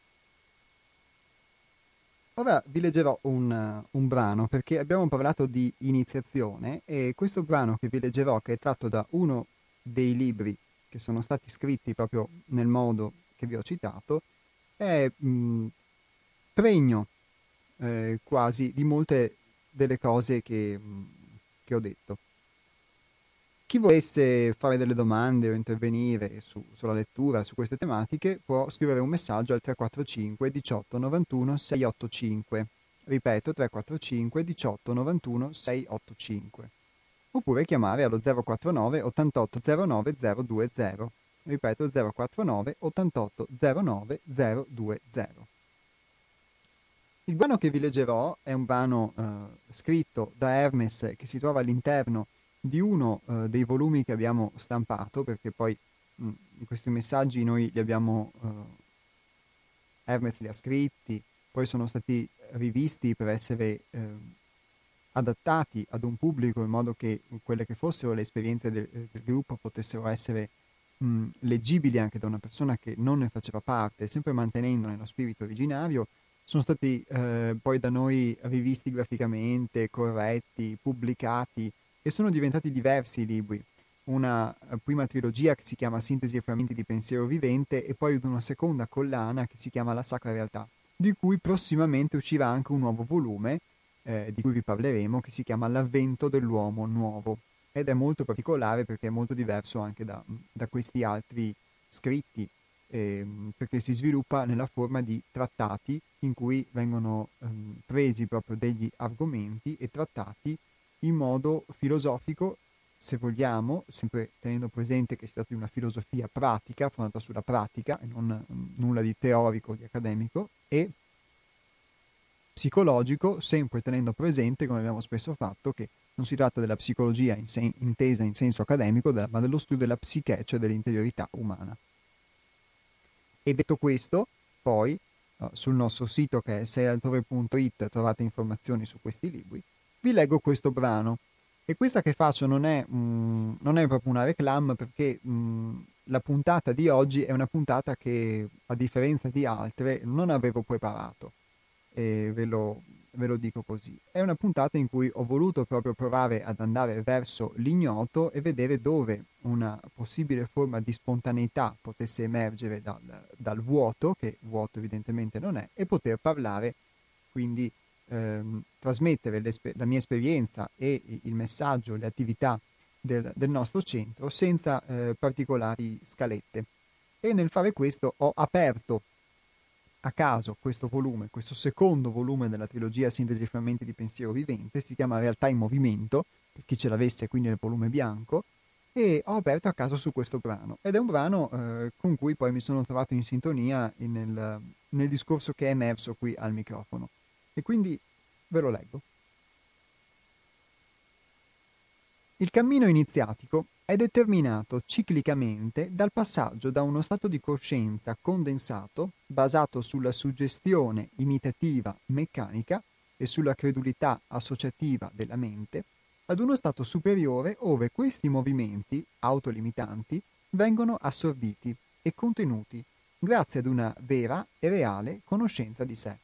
Ora vi leggerò un, eh, un brano, perché abbiamo parlato di iniziazione, e questo brano che vi leggerò, che è tratto da uno dei libri che sono stati scritti proprio nel modo che vi ho citato, è mh, pregno eh, quasi di molte delle cose che, mh, che ho detto. Chi volesse fare delle domande o intervenire su- sulla lettura, su queste tematiche, può scrivere un messaggio al tre quattro cinque diciotto novantuno seicentoottantacinque. Ripeto, tre quattro cinque diciotto novantuno seicentoottantacinque. Oppure chiamare allo zero quattro nove ottantotto zero nove zero due zero. Ripeto, zero quattro nove ottantotto zero nove zero due zero. Il brano che vi leggerò è un brano eh, scritto da Hermes, che si trova all'interno di uno eh, dei volumi che abbiamo stampato, perché poi mh, questi messaggi noi li abbiamo, eh, Hermes li ha scritti, poi sono stati rivisti per essere eh, adattati ad un pubblico, in modo che quelle che fossero le esperienze del, del gruppo potessero essere mh, leggibili anche da una persona che non ne faceva parte, sempre mantenendone lo spirito originario. Sono stati eh, poi da noi rivisti graficamente, corretti, pubblicati, e sono diventati diversi i libri. Una eh, prima trilogia che si chiama Sintesi e frammenti di pensiero vivente, e poi una seconda collana che si chiama La Sacra Realtà, di cui prossimamente uscirà anche un nuovo volume, eh, di cui vi parleremo, che si chiama L'avvento dell'uomo nuovo, ed è molto particolare perché è molto diverso anche da, da questi altri scritti, ehm, perché si sviluppa nella forma di trattati in cui vengono ehm, presi proprio degli argomenti e trattati in modo filosofico, se vogliamo, sempre tenendo presente che si tratta di una filosofia pratica, fondata sulla pratica e non mm, nulla di teorico, di accademico, e psicologico, sempre tenendo presente, come abbiamo spesso fatto, che non si tratta della psicologia in sen- intesa in senso accademico, della- ma dello studio della psiche, cioè dell'interiorità umana. E detto questo, poi eh, sul nostro sito che è sei altrove punto it trovate informazioni su questi libri, vi leggo questo brano. E questa che faccio non è, mm, non è proprio una reclam perché mm, la puntata di oggi è una puntata che, a differenza di altre, non avevo preparato e ve lo, ve lo dico così. È una puntata in cui ho voluto proprio provare ad andare verso l'ignoto e vedere dove una possibile forma di spontaneità potesse emergere dal, dal vuoto, che vuoto evidentemente non è, e poter parlare, quindi ehm, trasmettere la mia esperienza e il messaggio, le attività del, del nostro centro senza eh, particolari scalette. E nel fare questo ho aperto a caso questo volume, questo secondo volume della trilogia Sintesi e frammenti di pensiero vivente, si chiama Realtà in movimento, per chi ce l'avesse quindi nel volume bianco, e ho aperto a caso su questo brano. Ed è un brano eh, con cui poi mi sono trovato in sintonia nel, nel discorso che è emerso qui al microfono. E quindi ve lo leggo. Il cammino iniziatico è determinato ciclicamente dal passaggio da uno stato di coscienza condensato, basato sulla suggestione imitativa meccanica e sulla credulità associativa della mente, ad uno stato superiore ove questi movimenti autolimitanti vengono assorbiti e contenuti grazie ad una vera e reale conoscenza di sé.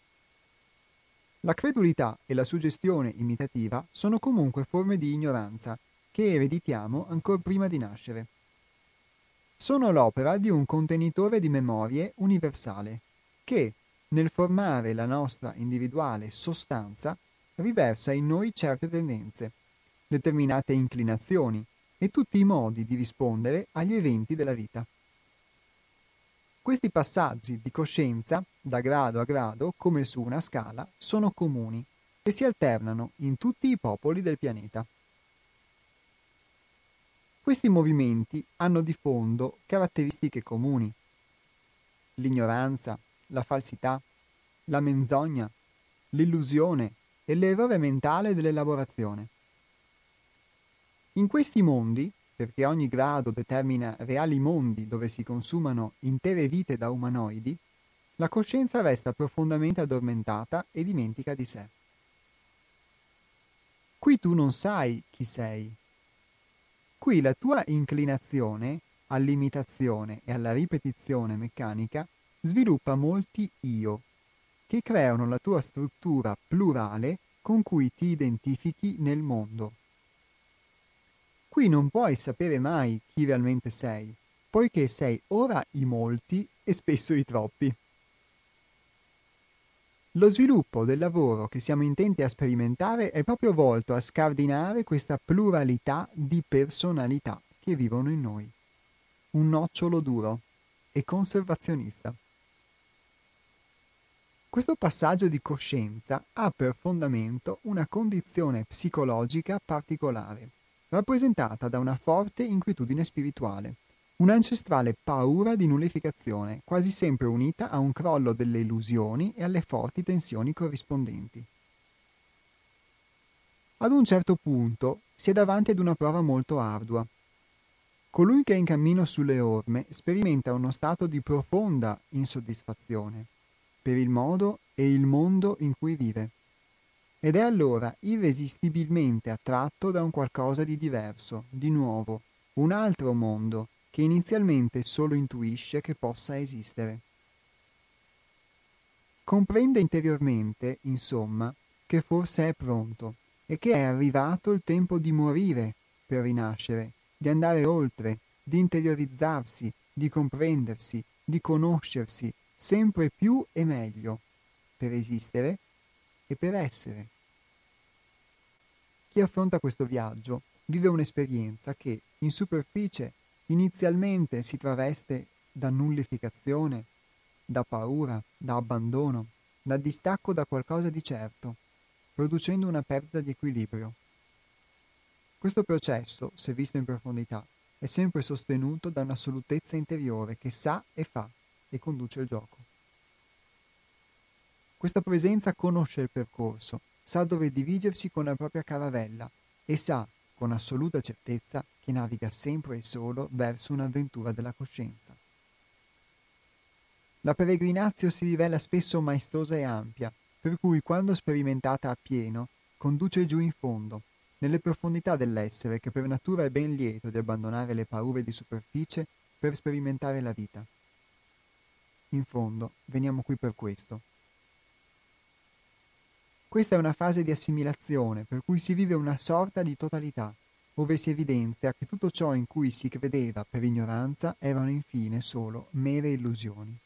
La credulità e la suggestione imitativa sono comunque forme di ignoranza che ereditiamo ancor prima di nascere. Sono l'opera di un contenitore di memorie universale che, nel formare la nostra individuale sostanza, riversa in noi certe tendenze, determinate inclinazioni e tutti i modi di rispondere agli eventi della vita. Questi passaggi di coscienza, da grado a grado, come su una scala, sono comuni e si alternano in tutti i popoli del pianeta. Questi movimenti hanno di fondo caratteristiche comuni: l'ignoranza, la falsità, la menzogna, l'illusione e l'errore mentale dell'elaborazione. In questi mondi, perché ogni grado determina reali mondi dove si consumano intere vite da umanoidi, la coscienza resta profondamente addormentata e dimentica di sé. Qui tu non sai chi sei. Qui la tua inclinazione all'imitazione e alla ripetizione meccanica sviluppa molti io, che creano la tua struttura plurale con cui ti identifichi nel mondo. Qui non puoi sapere mai chi realmente sei, poiché sei ora i molti e spesso i troppi. Lo sviluppo del lavoro che siamo intenti a sperimentare è proprio volto a scardinare questa pluralità di personalità che vivono in noi. Un nocciolo duro e conservazionista. Questo passaggio di coscienza ha per fondamento una condizione psicologica particolare, rappresentata da una forte inquietudine spirituale, un'ancestrale paura di nullificazione, quasi sempre unita a un crollo delle illusioni e alle forti tensioni corrispondenti. Ad un certo punto si è davanti ad una prova molto ardua. Colui che è in cammino sulle orme sperimenta uno stato di profonda insoddisfazione per il modo e il mondo in cui vive, ed è allora irresistibilmente attratto da un qualcosa di diverso, di nuovo, un altro mondo che inizialmente solo intuisce che possa esistere. Comprende interiormente, insomma, che forse è pronto e che è arrivato il tempo di morire per rinascere, di andare oltre, di interiorizzarsi, di comprendersi, di conoscersi sempre più e meglio, per esistere e per essere. Chi affronta questo viaggio vive un'esperienza che, in superficie, inizialmente si traveste da nullificazione, da paura, da abbandono, da distacco da qualcosa di certo, producendo una perdita di equilibrio. Questo processo, se visto in profondità, è sempre sostenuto da un'assolutezza interiore che sa e fa e conduce il gioco. Questa presenza conosce il percorso, sa dove dirigersi con la propria caravella e sa, con assoluta certezza, che naviga sempre e solo verso un'avventura della coscienza. La peregrinazio si rivela spesso maestosa e ampia, per cui quando sperimentata appieno, conduce giù in fondo, nelle profondità dell'essere che per natura è ben lieto di abbandonare le paure di superficie per sperimentare la vita. In fondo, veniamo qui per questo. Questa è una fase di assimilazione, per cui si vive una sorta di totalità, ove si evidenzia che tutto ciò in cui si credeva per ignoranza erano infine solo mere illusioni.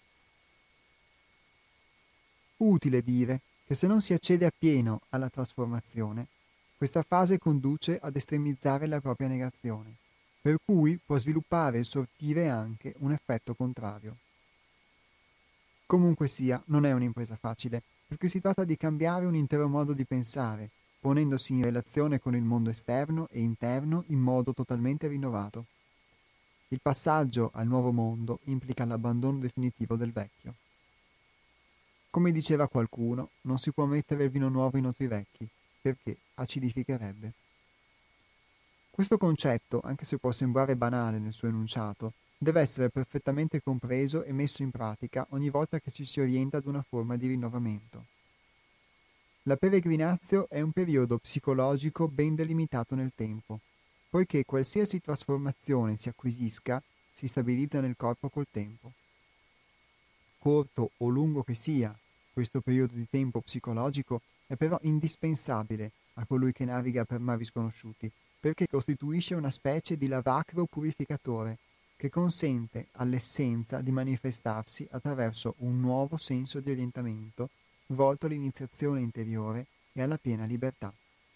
Utile dire che se non si accede appieno alla trasformazione, questa fase conduce ad estremizzare la propria negazione, per cui può sviluppare e sortire anche un effetto contrario. Comunque sia, non è un'impresa facile, perché si tratta di cambiare un intero modo di pensare, ponendosi in relazione con il mondo esterno e interno in modo totalmente rinnovato. Il passaggio al nuovo mondo implica l'abbandono definitivo del vecchio. Come diceva qualcuno, non si può mettere il vino nuovo in otri vecchi, perché acidificherebbe. Questo concetto, anche se può sembrare banale nel suo enunciato, deve essere perfettamente compreso e messo in pratica ogni volta che ci si orienta ad una forma di rinnovamento. La peregrinazio è un periodo psicologico ben delimitato nel tempo, poiché qualsiasi trasformazione si acquisisca si stabilizza nel corpo col tempo. Corto o lungo che sia, questo periodo di tempo psicologico è però indispensabile a colui che naviga per mari sconosciuti, perché costituisce una specie di lavacro purificatore che consente all'essenza di manifestarsi attraverso un nuovo senso di orientamento volto all'iniziazione interiore e alla piena libertà.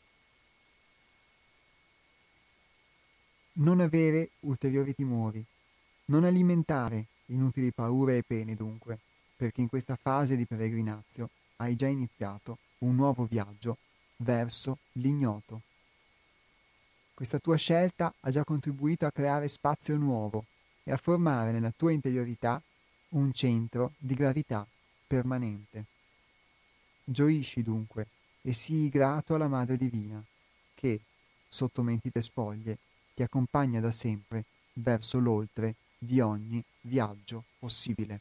Non avere ulteriori timori, non alimentare inutili paure e pene dunque, perché in questa fase di peregrinazio hai già iniziato un nuovo viaggio verso l'ignoto. Questa tua scelta ha già contribuito a creare spazio nuovo e a formare nella tua interiorità un centro di gravità permanente. Gioisci dunque e sii grato alla Madre Divina, che, sotto mentite spoglie, ti accompagna da sempre verso l'oltre di ogni viaggio possibile.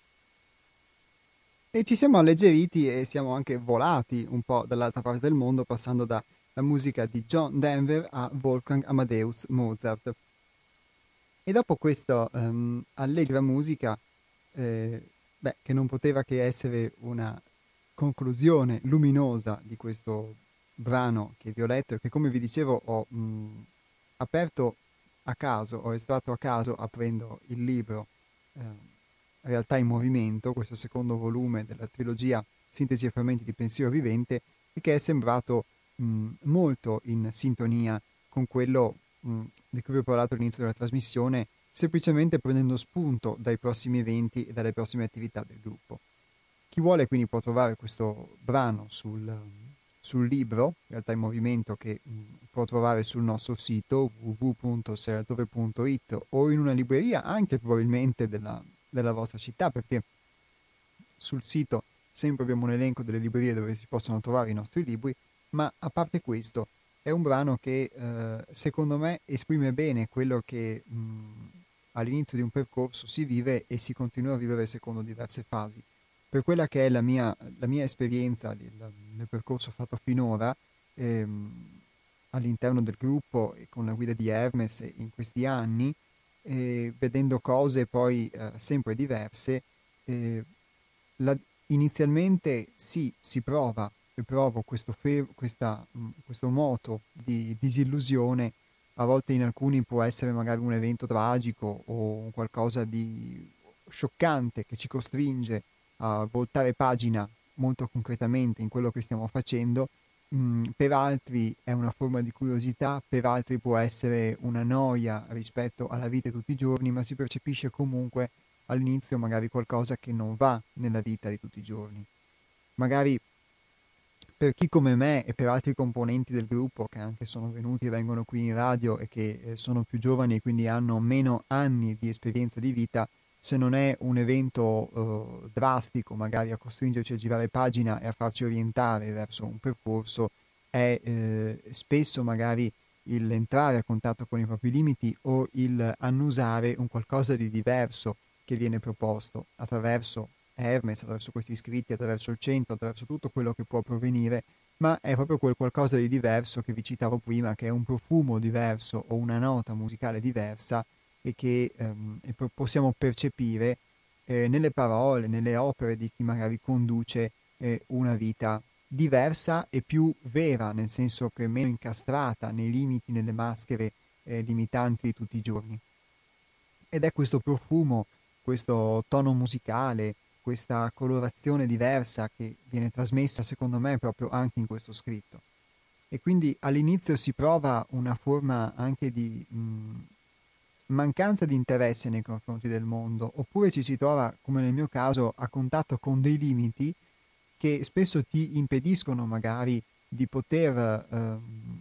E ci siamo alleggeriti e siamo anche volati un po' dall'altra parte del mondo, passando dalla musica di John Denver a Wolfgang Amadeus Mozart. E dopo questa um, allegra musica, eh, beh, che non poteva che essere una conclusione luminosa di questo brano che vi ho letto e che, come vi dicevo, ho mh, aperto a caso, ho estratto a caso aprendo il libro eh, Realtà in movimento, questo secondo volume della trilogia Sintesi e frammenti di pensiero vivente, e che è sembrato mh, molto in sintonia con quello mh, di cui vi ho parlato all'inizio della trasmissione, semplicemente prendendo spunto dai prossimi eventi e dalle prossime attività del gruppo. Chi vuole quindi può trovare questo brano sul, sul libro Realtà in Movimento, che mh, può trovare sul nostro sito w w w punto seratore punto i t o in una libreria anche probabilmente della, della vostra città, perché sul sito sempre abbiamo un elenco delle librerie dove si possono trovare i nostri libri, ma a parte questo è un brano che eh, secondo me esprime bene quello che mh, all'inizio di un percorso si vive e si continua a vivere secondo diverse fasi. Per quella che è la mia, la mia esperienza del, del percorso fatto finora, ehm, all'interno del gruppo e con la guida di Hermes in questi anni, eh, vedendo cose poi eh, sempre diverse, eh, la, inizialmente sì, si prova, provo questo, fe- questa, mh, questo moto di disillusione, a volte in alcuni può essere magari un evento tragico o qualcosa di scioccante che ci costringe a voltare pagina molto concretamente in quello che stiamo facendo, mh, per altri è una forma di curiosità, per altri può essere una noia rispetto alla vita di tutti i giorni, ma si percepisce comunque all'inizio magari qualcosa che non va nella vita di tutti i giorni. Magari per chi come me e per altri componenti del gruppo che anche sono venuti e vengono qui in radio e che eh, sono più giovani e quindi hanno meno anni di esperienza di vita, se non è un evento eh, drastico, magari a costringerci a girare pagina e a farci orientare verso un percorso, è eh, spesso magari il entrare a contatto con i propri limiti o il annusare un qualcosa di diverso che viene proposto attraverso Hermes, attraverso questi scritti, attraverso il centro, attraverso tutto quello che può provenire, ma è proprio quel qualcosa di diverso che vi citavo prima, che è un profumo diverso o una nota musicale diversa e che ehm, e po- possiamo percepire eh, nelle parole, nelle opere di chi magari conduce eh, una vita diversa e più vera, nel senso che meno incastrata nei limiti, nelle maschere eh, limitanti di tutti i giorni. Ed è questo profumo, questo tono musicale, questa colorazione diversa che viene trasmessa secondo me proprio anche in questo scritto. E quindi all'inizio si prova una forma anche di mh, mancanza di interesse nei confronti del mondo, oppure ci si trova, come nel mio caso, a contatto con dei limiti che spesso ti impediscono magari di poter ehm,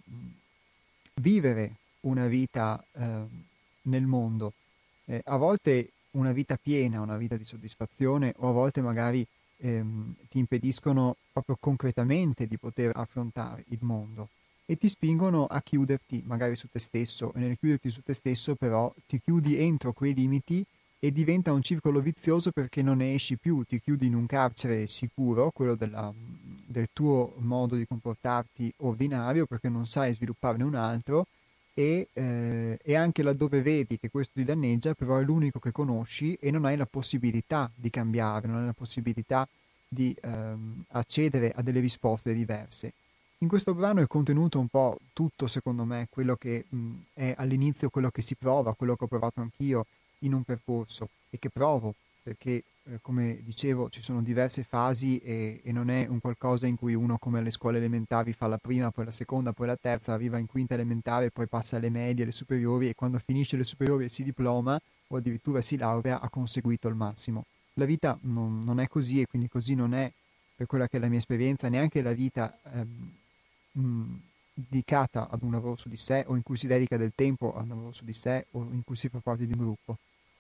vivere una vita ehm, nel mondo. Eh, a volte una vita piena, una vita di soddisfazione, o a volte magari ehm, ti impediscono proprio concretamente di poter affrontare il mondo e ti spingono a chiuderti magari su te stesso e nel chiuderti su te stesso però ti chiudi entro quei limiti e diventa un circolo vizioso perché non ne esci più, ti chiudi in un carcere sicuro, quello della, del tuo modo di comportarti ordinario perché non sai svilupparne un altro e, eh, e anche laddove vedi che questo ti danneggia, però è l'unico che conosci e non hai la possibilità di cambiare, non hai la possibilità di ehm, accedere a delle risposte diverse. In questo brano è contenuto un po' tutto, secondo me, quello che mh, è all'inizio quello che si prova, quello che ho provato anch'io in un percorso e che provo, perché eh, come dicevo ci sono diverse fasi e, e non è un qualcosa in cui uno come alle scuole elementari fa la prima, poi la seconda, poi la terza, arriva in quinta elementare, poi passa alle medie, alle superiori e quando finisce le superiori e si diploma o addirittura si laurea ha conseguito il massimo. La vita non, non è così e quindi così non è per quella che è la mia esperienza, neanche la vita ehm, mh, dedicata ad un lavoro su di sé o in cui si dedica del tempo a un lavoro su di sé o in cui si fa parte di un gruppo.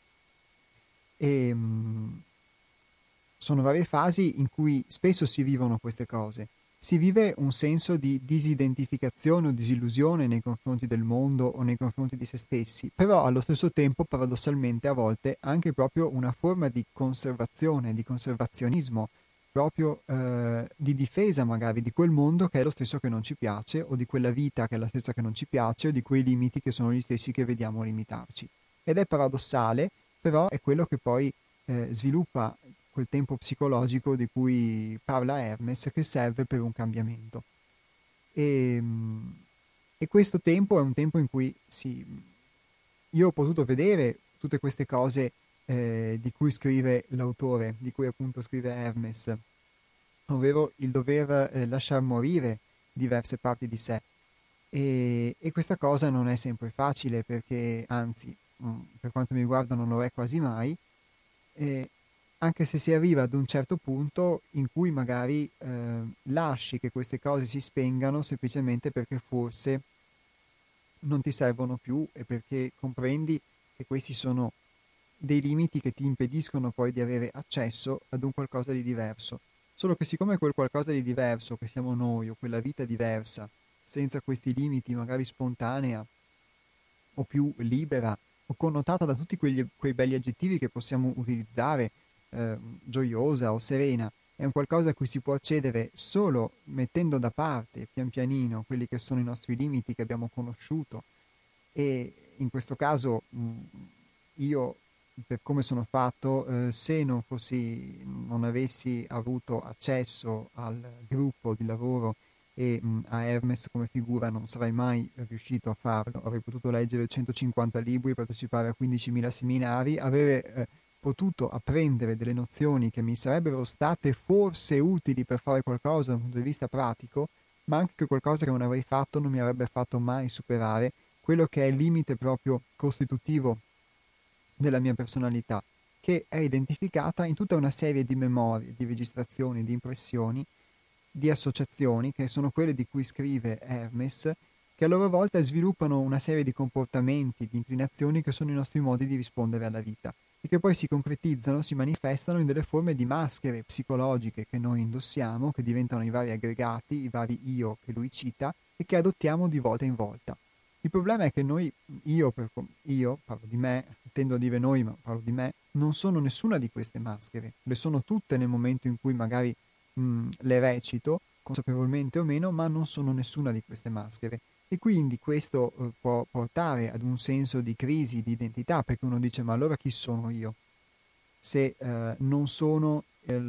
E mh, sono varie fasi in cui spesso si vivono queste cose. Si vive un senso di disidentificazione o disillusione nei confronti del mondo o nei confronti di se stessi, però allo stesso tempo, paradossalmente, a volte anche proprio una forma di conservazione, di conservazionismo, proprio eh, di difesa magari di quel mondo che è lo stesso che non ci piace, o di quella vita che è la stessa che non ci piace, o di quei limiti che sono gli stessi che vediamo limitarci. Ed è paradossale, però è quello che poi eh, sviluppa quel tempo psicologico di cui parla Hermes che serve per un cambiamento. E, e questo tempo è un tempo in cui sì, io ho potuto vedere tutte queste cose eh, di cui scrive l'autore, di cui appunto scrive Hermes, ovvero il dover eh, lasciar morire diverse parti di sé. E, e questa cosa non è sempre facile perché, anzi, mh, per quanto mi riguarda non lo è quasi mai, eh, anche se si arriva ad un certo punto in cui magari eh, lasci che queste cose si spengano semplicemente perché forse non ti servono più e perché comprendi che questi sono dei limiti che ti impediscono poi di avere accesso ad un qualcosa di diverso. Solo che siccome quel qualcosa di diverso che siamo noi o quella vita diversa, senza questi limiti, magari spontanea o più libera o connotata da tutti quegli- quei belli aggettivi che possiamo utilizzare, eh, gioiosa o serena, è un qualcosa a cui si può accedere solo mettendo da parte pian pianino quelli che sono i nostri limiti che abbiamo conosciuto e in questo caso mh, io per come sono fatto, eh, se non fossi, non avessi avuto accesso al gruppo di lavoro e mh, a Hermes come figura non sarei mai riuscito a farlo. Avrei potuto leggere centocinquanta libri, partecipare a quindicimila seminari, avere eh, potuto apprendere delle nozioni che mi sarebbero state forse utili per fare qualcosa dal punto di vista pratico, ma anche che qualcosa che non avrei fatto non mi avrebbe fatto mai superare quello che è il limite proprio costitutivo della mia personalità, che è identificata in tutta una serie di memorie, di registrazioni, di impressioni, di associazioni, che sono quelle di cui scrive Hermes, che a loro volta sviluppano una serie di comportamenti, di inclinazioni che sono i nostri modi di rispondere alla vita e che poi si concretizzano, si manifestano in delle forme di maschere psicologiche che noi indossiamo, che diventano i vari aggregati, i vari io che lui cita e che adottiamo di volta in volta. Il problema è che noi, io, per, io parlo di me, tendo a dire noi, ma parlo di me, non sono nessuna di queste maschere, le sono tutte nel momento in cui magari mh, le recito, consapevolmente o meno, ma non sono nessuna di queste maschere. E quindi questo eh, può portare ad un senso di crisi di identità, perché uno dice: ma allora chi sono io? Se eh, non sono il,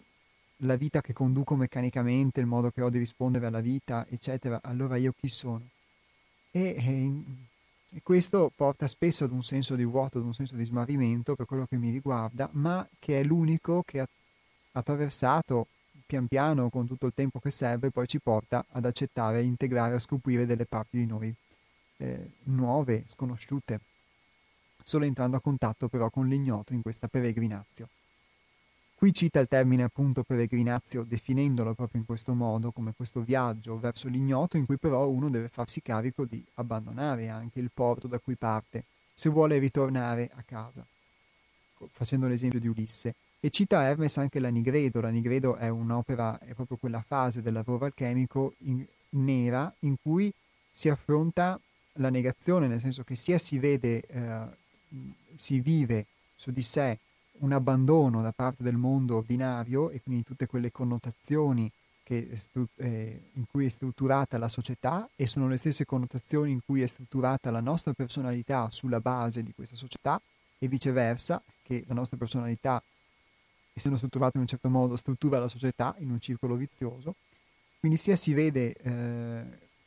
la vita che conduco meccanicamente, il modo che ho di rispondere alla vita, eccetera, allora io chi sono? E, e, e questo porta spesso ad un senso di vuoto, ad un senso di smarrimento per quello che mi riguarda, ma che è l'unico che ha attraversato pian piano, con tutto il tempo che serve, poi ci porta ad accettare, integrare, a scoprire delle parti di noi eh, nuove, sconosciute, solo entrando a contatto però con l'ignoto in questa peregrinazio. Qui cita il termine appunto peregrinazio definendolo proprio in questo modo, come questo viaggio verso l'ignoto in cui però uno deve farsi carico di abbandonare anche il porto da cui parte, se vuole ritornare a casa, facendo l'esempio di Ulisse. E cita Hermes anche la Nigredo. La Nigredo è un'opera, è proprio quella fase del lavoro alchemico in, nera in cui si affronta la negazione, nel senso che sia si vede, eh, si vive su di sé un abbandono da parte del mondo ordinario e quindi tutte quelle connotazioni che, eh, in cui è strutturata la società, e sono le stesse connotazioni in cui è strutturata la nostra personalità sulla base di questa società, e viceversa, che la nostra personalità, essendo strutturata in un certo modo, struttura la società in un circolo vizioso. Quindi sia si vede, eh,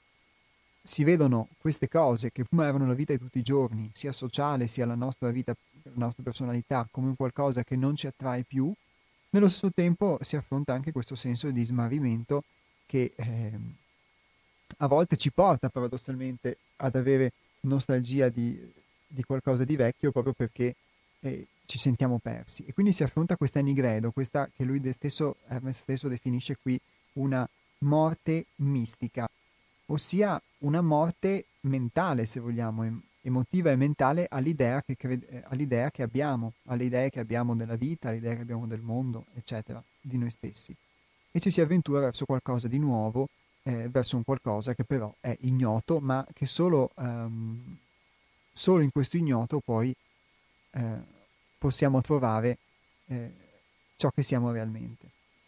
si vedono queste cose che prima erano la vita di tutti i giorni, sia sociale sia la nostra vita, la nostra personalità, come un qualcosa che non ci attrae più. Nello stesso tempo si affronta anche questo senso di smarrimento che eh, a volte ci porta paradossalmente ad avere nostalgia di, di qualcosa di vecchio, proprio perché eh, ci sentiamo persi. E quindi si affronta questa nigredo, questa che lui stesso, Hermes stesso definisce qui una morte mistica, ossia una morte mentale, se vogliamo, em- emotiva e mentale all'idea che, cre- eh, all'idea che abbiamo, alle idee che abbiamo della vita, all'idea che abbiamo del mondo, eccetera, di noi stessi. E ci si avventura verso qualcosa di nuovo, eh, verso un qualcosa che però è ignoto, ma che solo, ehm, solo in questo ignoto poi eh, possiamo trovare eh, ciò che siamo realmente.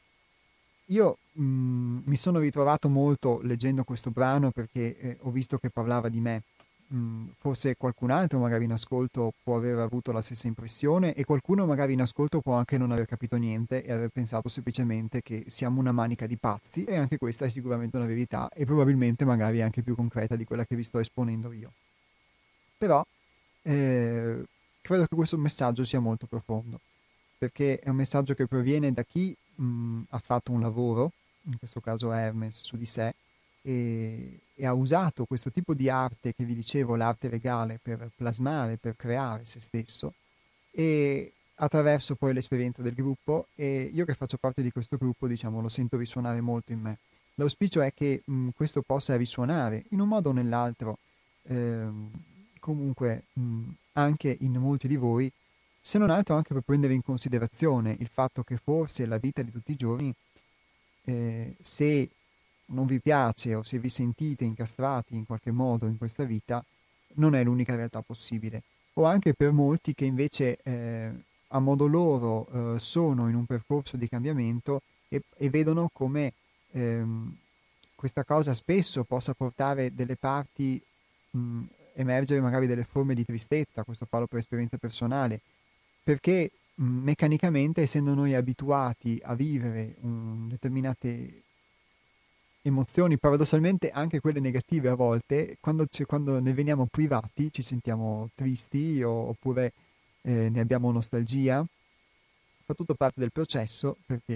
Io mh, mi sono ritrovato molto leggendo questo brano perché eh, ho visto che parlava di me. Mh, forse qualcun altro magari in ascolto può aver avuto la stessa impressione, e qualcuno magari in ascolto può anche non aver capito niente e aver pensato semplicemente che siamo una manica di pazzi, e anche questa è sicuramente una verità e probabilmente magari anche più concreta di quella che vi sto esponendo io. Però eh, credo che questo messaggio sia molto profondo, perché è un messaggio che proviene da chi mh, ha fatto un lavoro, in questo caso Hermes, su di sé, e, e ha usato questo tipo di arte che vi dicevo, l'arte regale, per plasmare, per creare se stesso, e attraverso poi l'esperienza del gruppo. E io che faccio parte di questo gruppo, diciamo, lo sento risuonare molto in me. L'auspicio è che mh, questo possa risuonare in un modo o nell'altro, ehm, comunque mh, anche in molti di voi, se non altro anche per prendere in considerazione il fatto che forse la vita di tutti i giorni, eh, se non vi piace o se vi sentite incastrati in qualche modo in questa vita, non è l'unica realtà possibile. O anche per molti che invece eh, a modo loro eh, sono in un percorso di cambiamento e, e vedono come ehm, questa cosa spesso possa portare delle parti, mh, emergere magari delle forme di tristezza. Questo parlo per esperienza personale, perché mh, meccanicamente, essendo noi abituati a vivere un, determinate emozioni, paradossalmente anche quelle negative a volte, quando, ci- quando ne veniamo privati ci sentiamo tristi o- oppure eh, ne abbiamo nostalgia. Fa tutto parte del processo, perché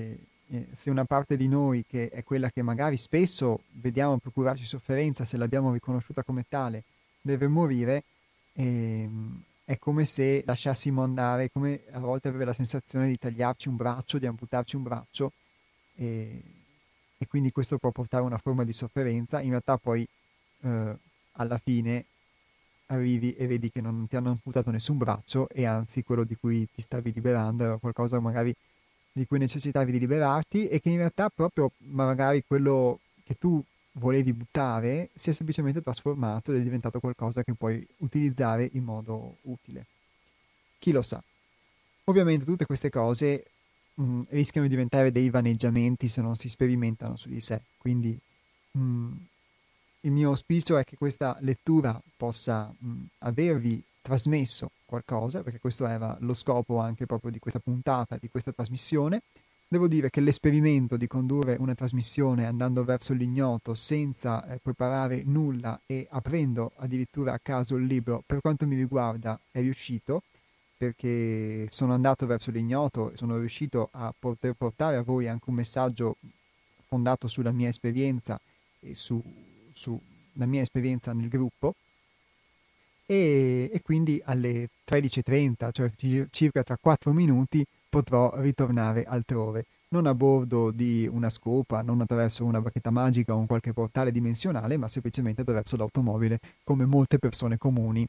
eh, se una parte di noi, che è quella che magari spesso vediamo procurarci sofferenza, se l'abbiamo riconosciuta come tale, deve morire, ehm, è come se lasciassimo andare, come a volte avere la sensazione di tagliarci un braccio, di amputarci un braccio, e, e quindi questo può portare a una forma di sofferenza. In realtà poi eh, alla fine arrivi e vedi che non ti hanno amputato nessun braccio, e anzi quello di cui ti stavi liberando era qualcosa magari di cui necessitavi di liberarti, e che in realtà proprio magari quello che tu volevi buttare si è semplicemente trasformato ed è diventato qualcosa che puoi utilizzare in modo utile. Chi lo sa? Ovviamente tutte queste cose mh, rischiano di diventare dei vaneggiamenti se non si sperimentano su di sé, quindi mh, il mio auspicio è che questa lettura possa mh, avervi trasmesso qualcosa, perché questo era lo scopo anche proprio di questa puntata, di questa trasmissione. Devo dire che l'esperimento di condurre una trasmissione andando verso l'ignoto senza eh, preparare nulla e aprendo addirittura a caso il libro, per quanto mi riguarda, è riuscito, perché sono andato verso l'ignoto e sono riuscito a poter portare a voi anche un messaggio fondato sulla mia esperienza e su, sulla mia esperienza nel gruppo, e, e quindi alle tredici e trenta, cioè ci- circa tra quattro minuti, potrò ritornare altrove, non a bordo di una scopa, non attraverso una bacchetta magica o un qualche portale dimensionale, ma semplicemente attraverso l'automobile, come molte persone comuni.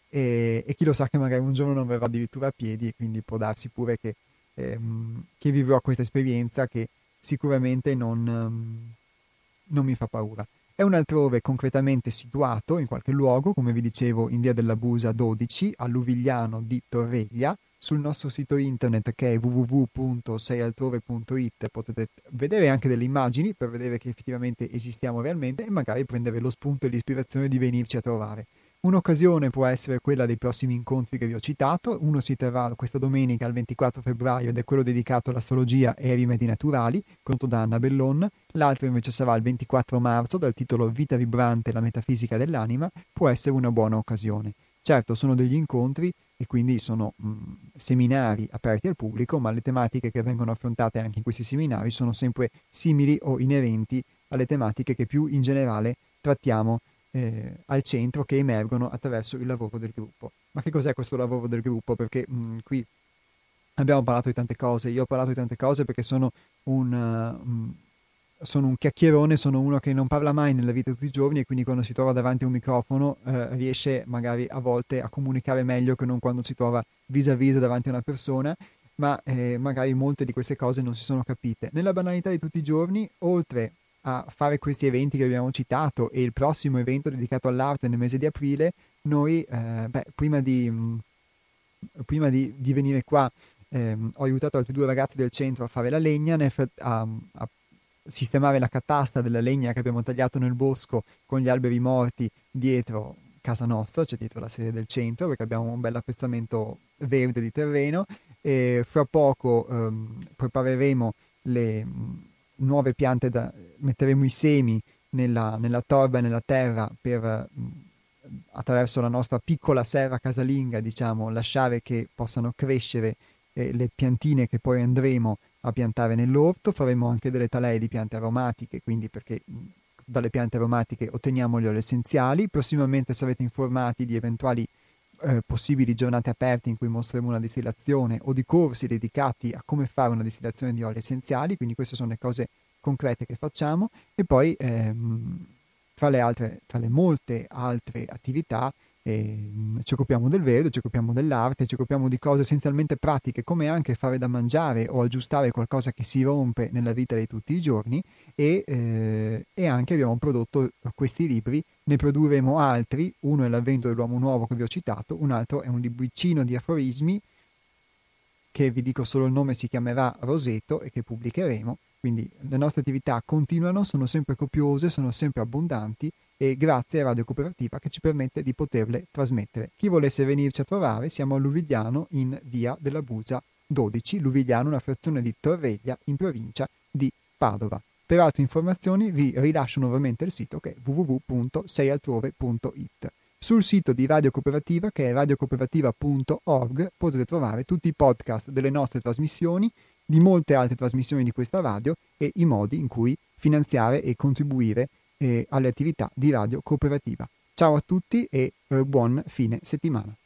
E, e chi lo sa che magari un giorno non verrò addirittura a piedi, e quindi può darsi pure che, ehm, che vivrò questa esperienza che sicuramente non, ehm, non mi fa paura. È un altrove concretamente situato in qualche luogo, come vi dicevo, in via della Busa dodici, a Luvigliano di Torreglia. Sul nostro sito internet, che è w w w punto sei altrove punto i t, potete vedere anche delle immagini per vedere che effettivamente esistiamo realmente, e magari prendere lo spunto e l'ispirazione di venirci a trovare. Un'occasione può essere quella dei prossimi incontri che vi ho citato. Uno si terrà questa domenica il ventiquattro febbraio ed è quello dedicato all'astrologia e ai rimedi naturali, condotto da Anna Bellon. L'altro invece sarà il ventiquattro marzo, dal titolo Vita vibrante, la metafisica dell'anima. Può essere una buona occasione. Certo, sono degli incontri e quindi sono mh, seminari aperti al pubblico, ma le tematiche che vengono affrontate anche in questi seminari sono sempre simili o inerenti alle tematiche che più in generale trattiamo eh, al centro, che emergono attraverso il lavoro del gruppo. Ma che cos'è questo lavoro del gruppo? Perché mh, qui abbiamo parlato di tante cose, io ho parlato di tante cose perché sono un, uh, mh, sono un chiacchierone, sono uno che non parla mai nella vita di tutti i giorni, e quindi quando si trova davanti a un microfono eh, riesce magari a volte a comunicare meglio che non quando si trova vis a vis davanti a una persona, ma eh, magari molte di queste cose non si sono capite. Nella banalità di tutti i giorni, oltre a fare questi eventi che abbiamo citato e il prossimo evento dedicato all'arte nel mese di aprile, noi, eh, beh, prima di, mh, prima di, di venire qua, ehm, ho aiutato altri due ragazzi del centro a fare la legna, nel frat- a, a sistemare la catasta della legna che abbiamo tagliato nel bosco con gli alberi morti dietro casa nostra, cioè dietro la sede del centro, perché abbiamo un bel appezzamento verde di terreno, e fra poco ehm, prepareremo le mh, nuove piante, da, metteremo i semi nella, nella torba e nella terra per, mh, attraverso la nostra piccola serra casalinga, diciamo, lasciare che possano crescere eh, le piantine che poi andremo a piantare nell'orto. Faremo anche delle talee di piante aromatiche, quindi perché mh, dalle piante aromatiche otteniamo gli oli essenziali. Prossimamente sarete informati di eventuali eh, possibili giornate aperte in cui mostreremo una distillazione, o di corsi dedicati a come fare una distillazione di oli essenziali, quindi queste sono le cose concrete che facciamo. E poi ehm, tra le altre, tra le molte altre attività, ehm, ci occupiamo del verde, ci occupiamo dell'arte, ci occupiamo di cose essenzialmente pratiche, come anche fare da mangiare o aggiustare qualcosa che si rompe nella vita di tutti i giorni, e, eh, e anche abbiamo prodotto questi libri. Ne produrremo altri. Uno è l'Avvento dell'uomo nuovo che vi ho citato, un altro è un libricino di aforismi che vi dico solo il nome, si chiamerà Roseto, e che pubblicheremo. Quindi le nostre attività continuano, sono sempre copiose, sono sempre abbondanti, e grazie a Radio Cooperativa che ci permette di poterle trasmettere. Chi volesse venirci a trovare, siamo a Luvigliano in via della Busa dodici, Luvigliano, una frazione di Torreglia in provincia di Padova. Per altre informazioni vi rilascio nuovamente il sito, che è w w w punto sei altrove punto i t. Sul sito di Radio Cooperativa, che è radiocooperativa punto org, potete trovare tutti i podcast delle nostre trasmissioni di molte altre trasmissioni di questa radio e i modi in cui finanziare e contribuire eh, alle attività di Radio Cooperativa. Ciao a tutti e eh, buon fine settimana.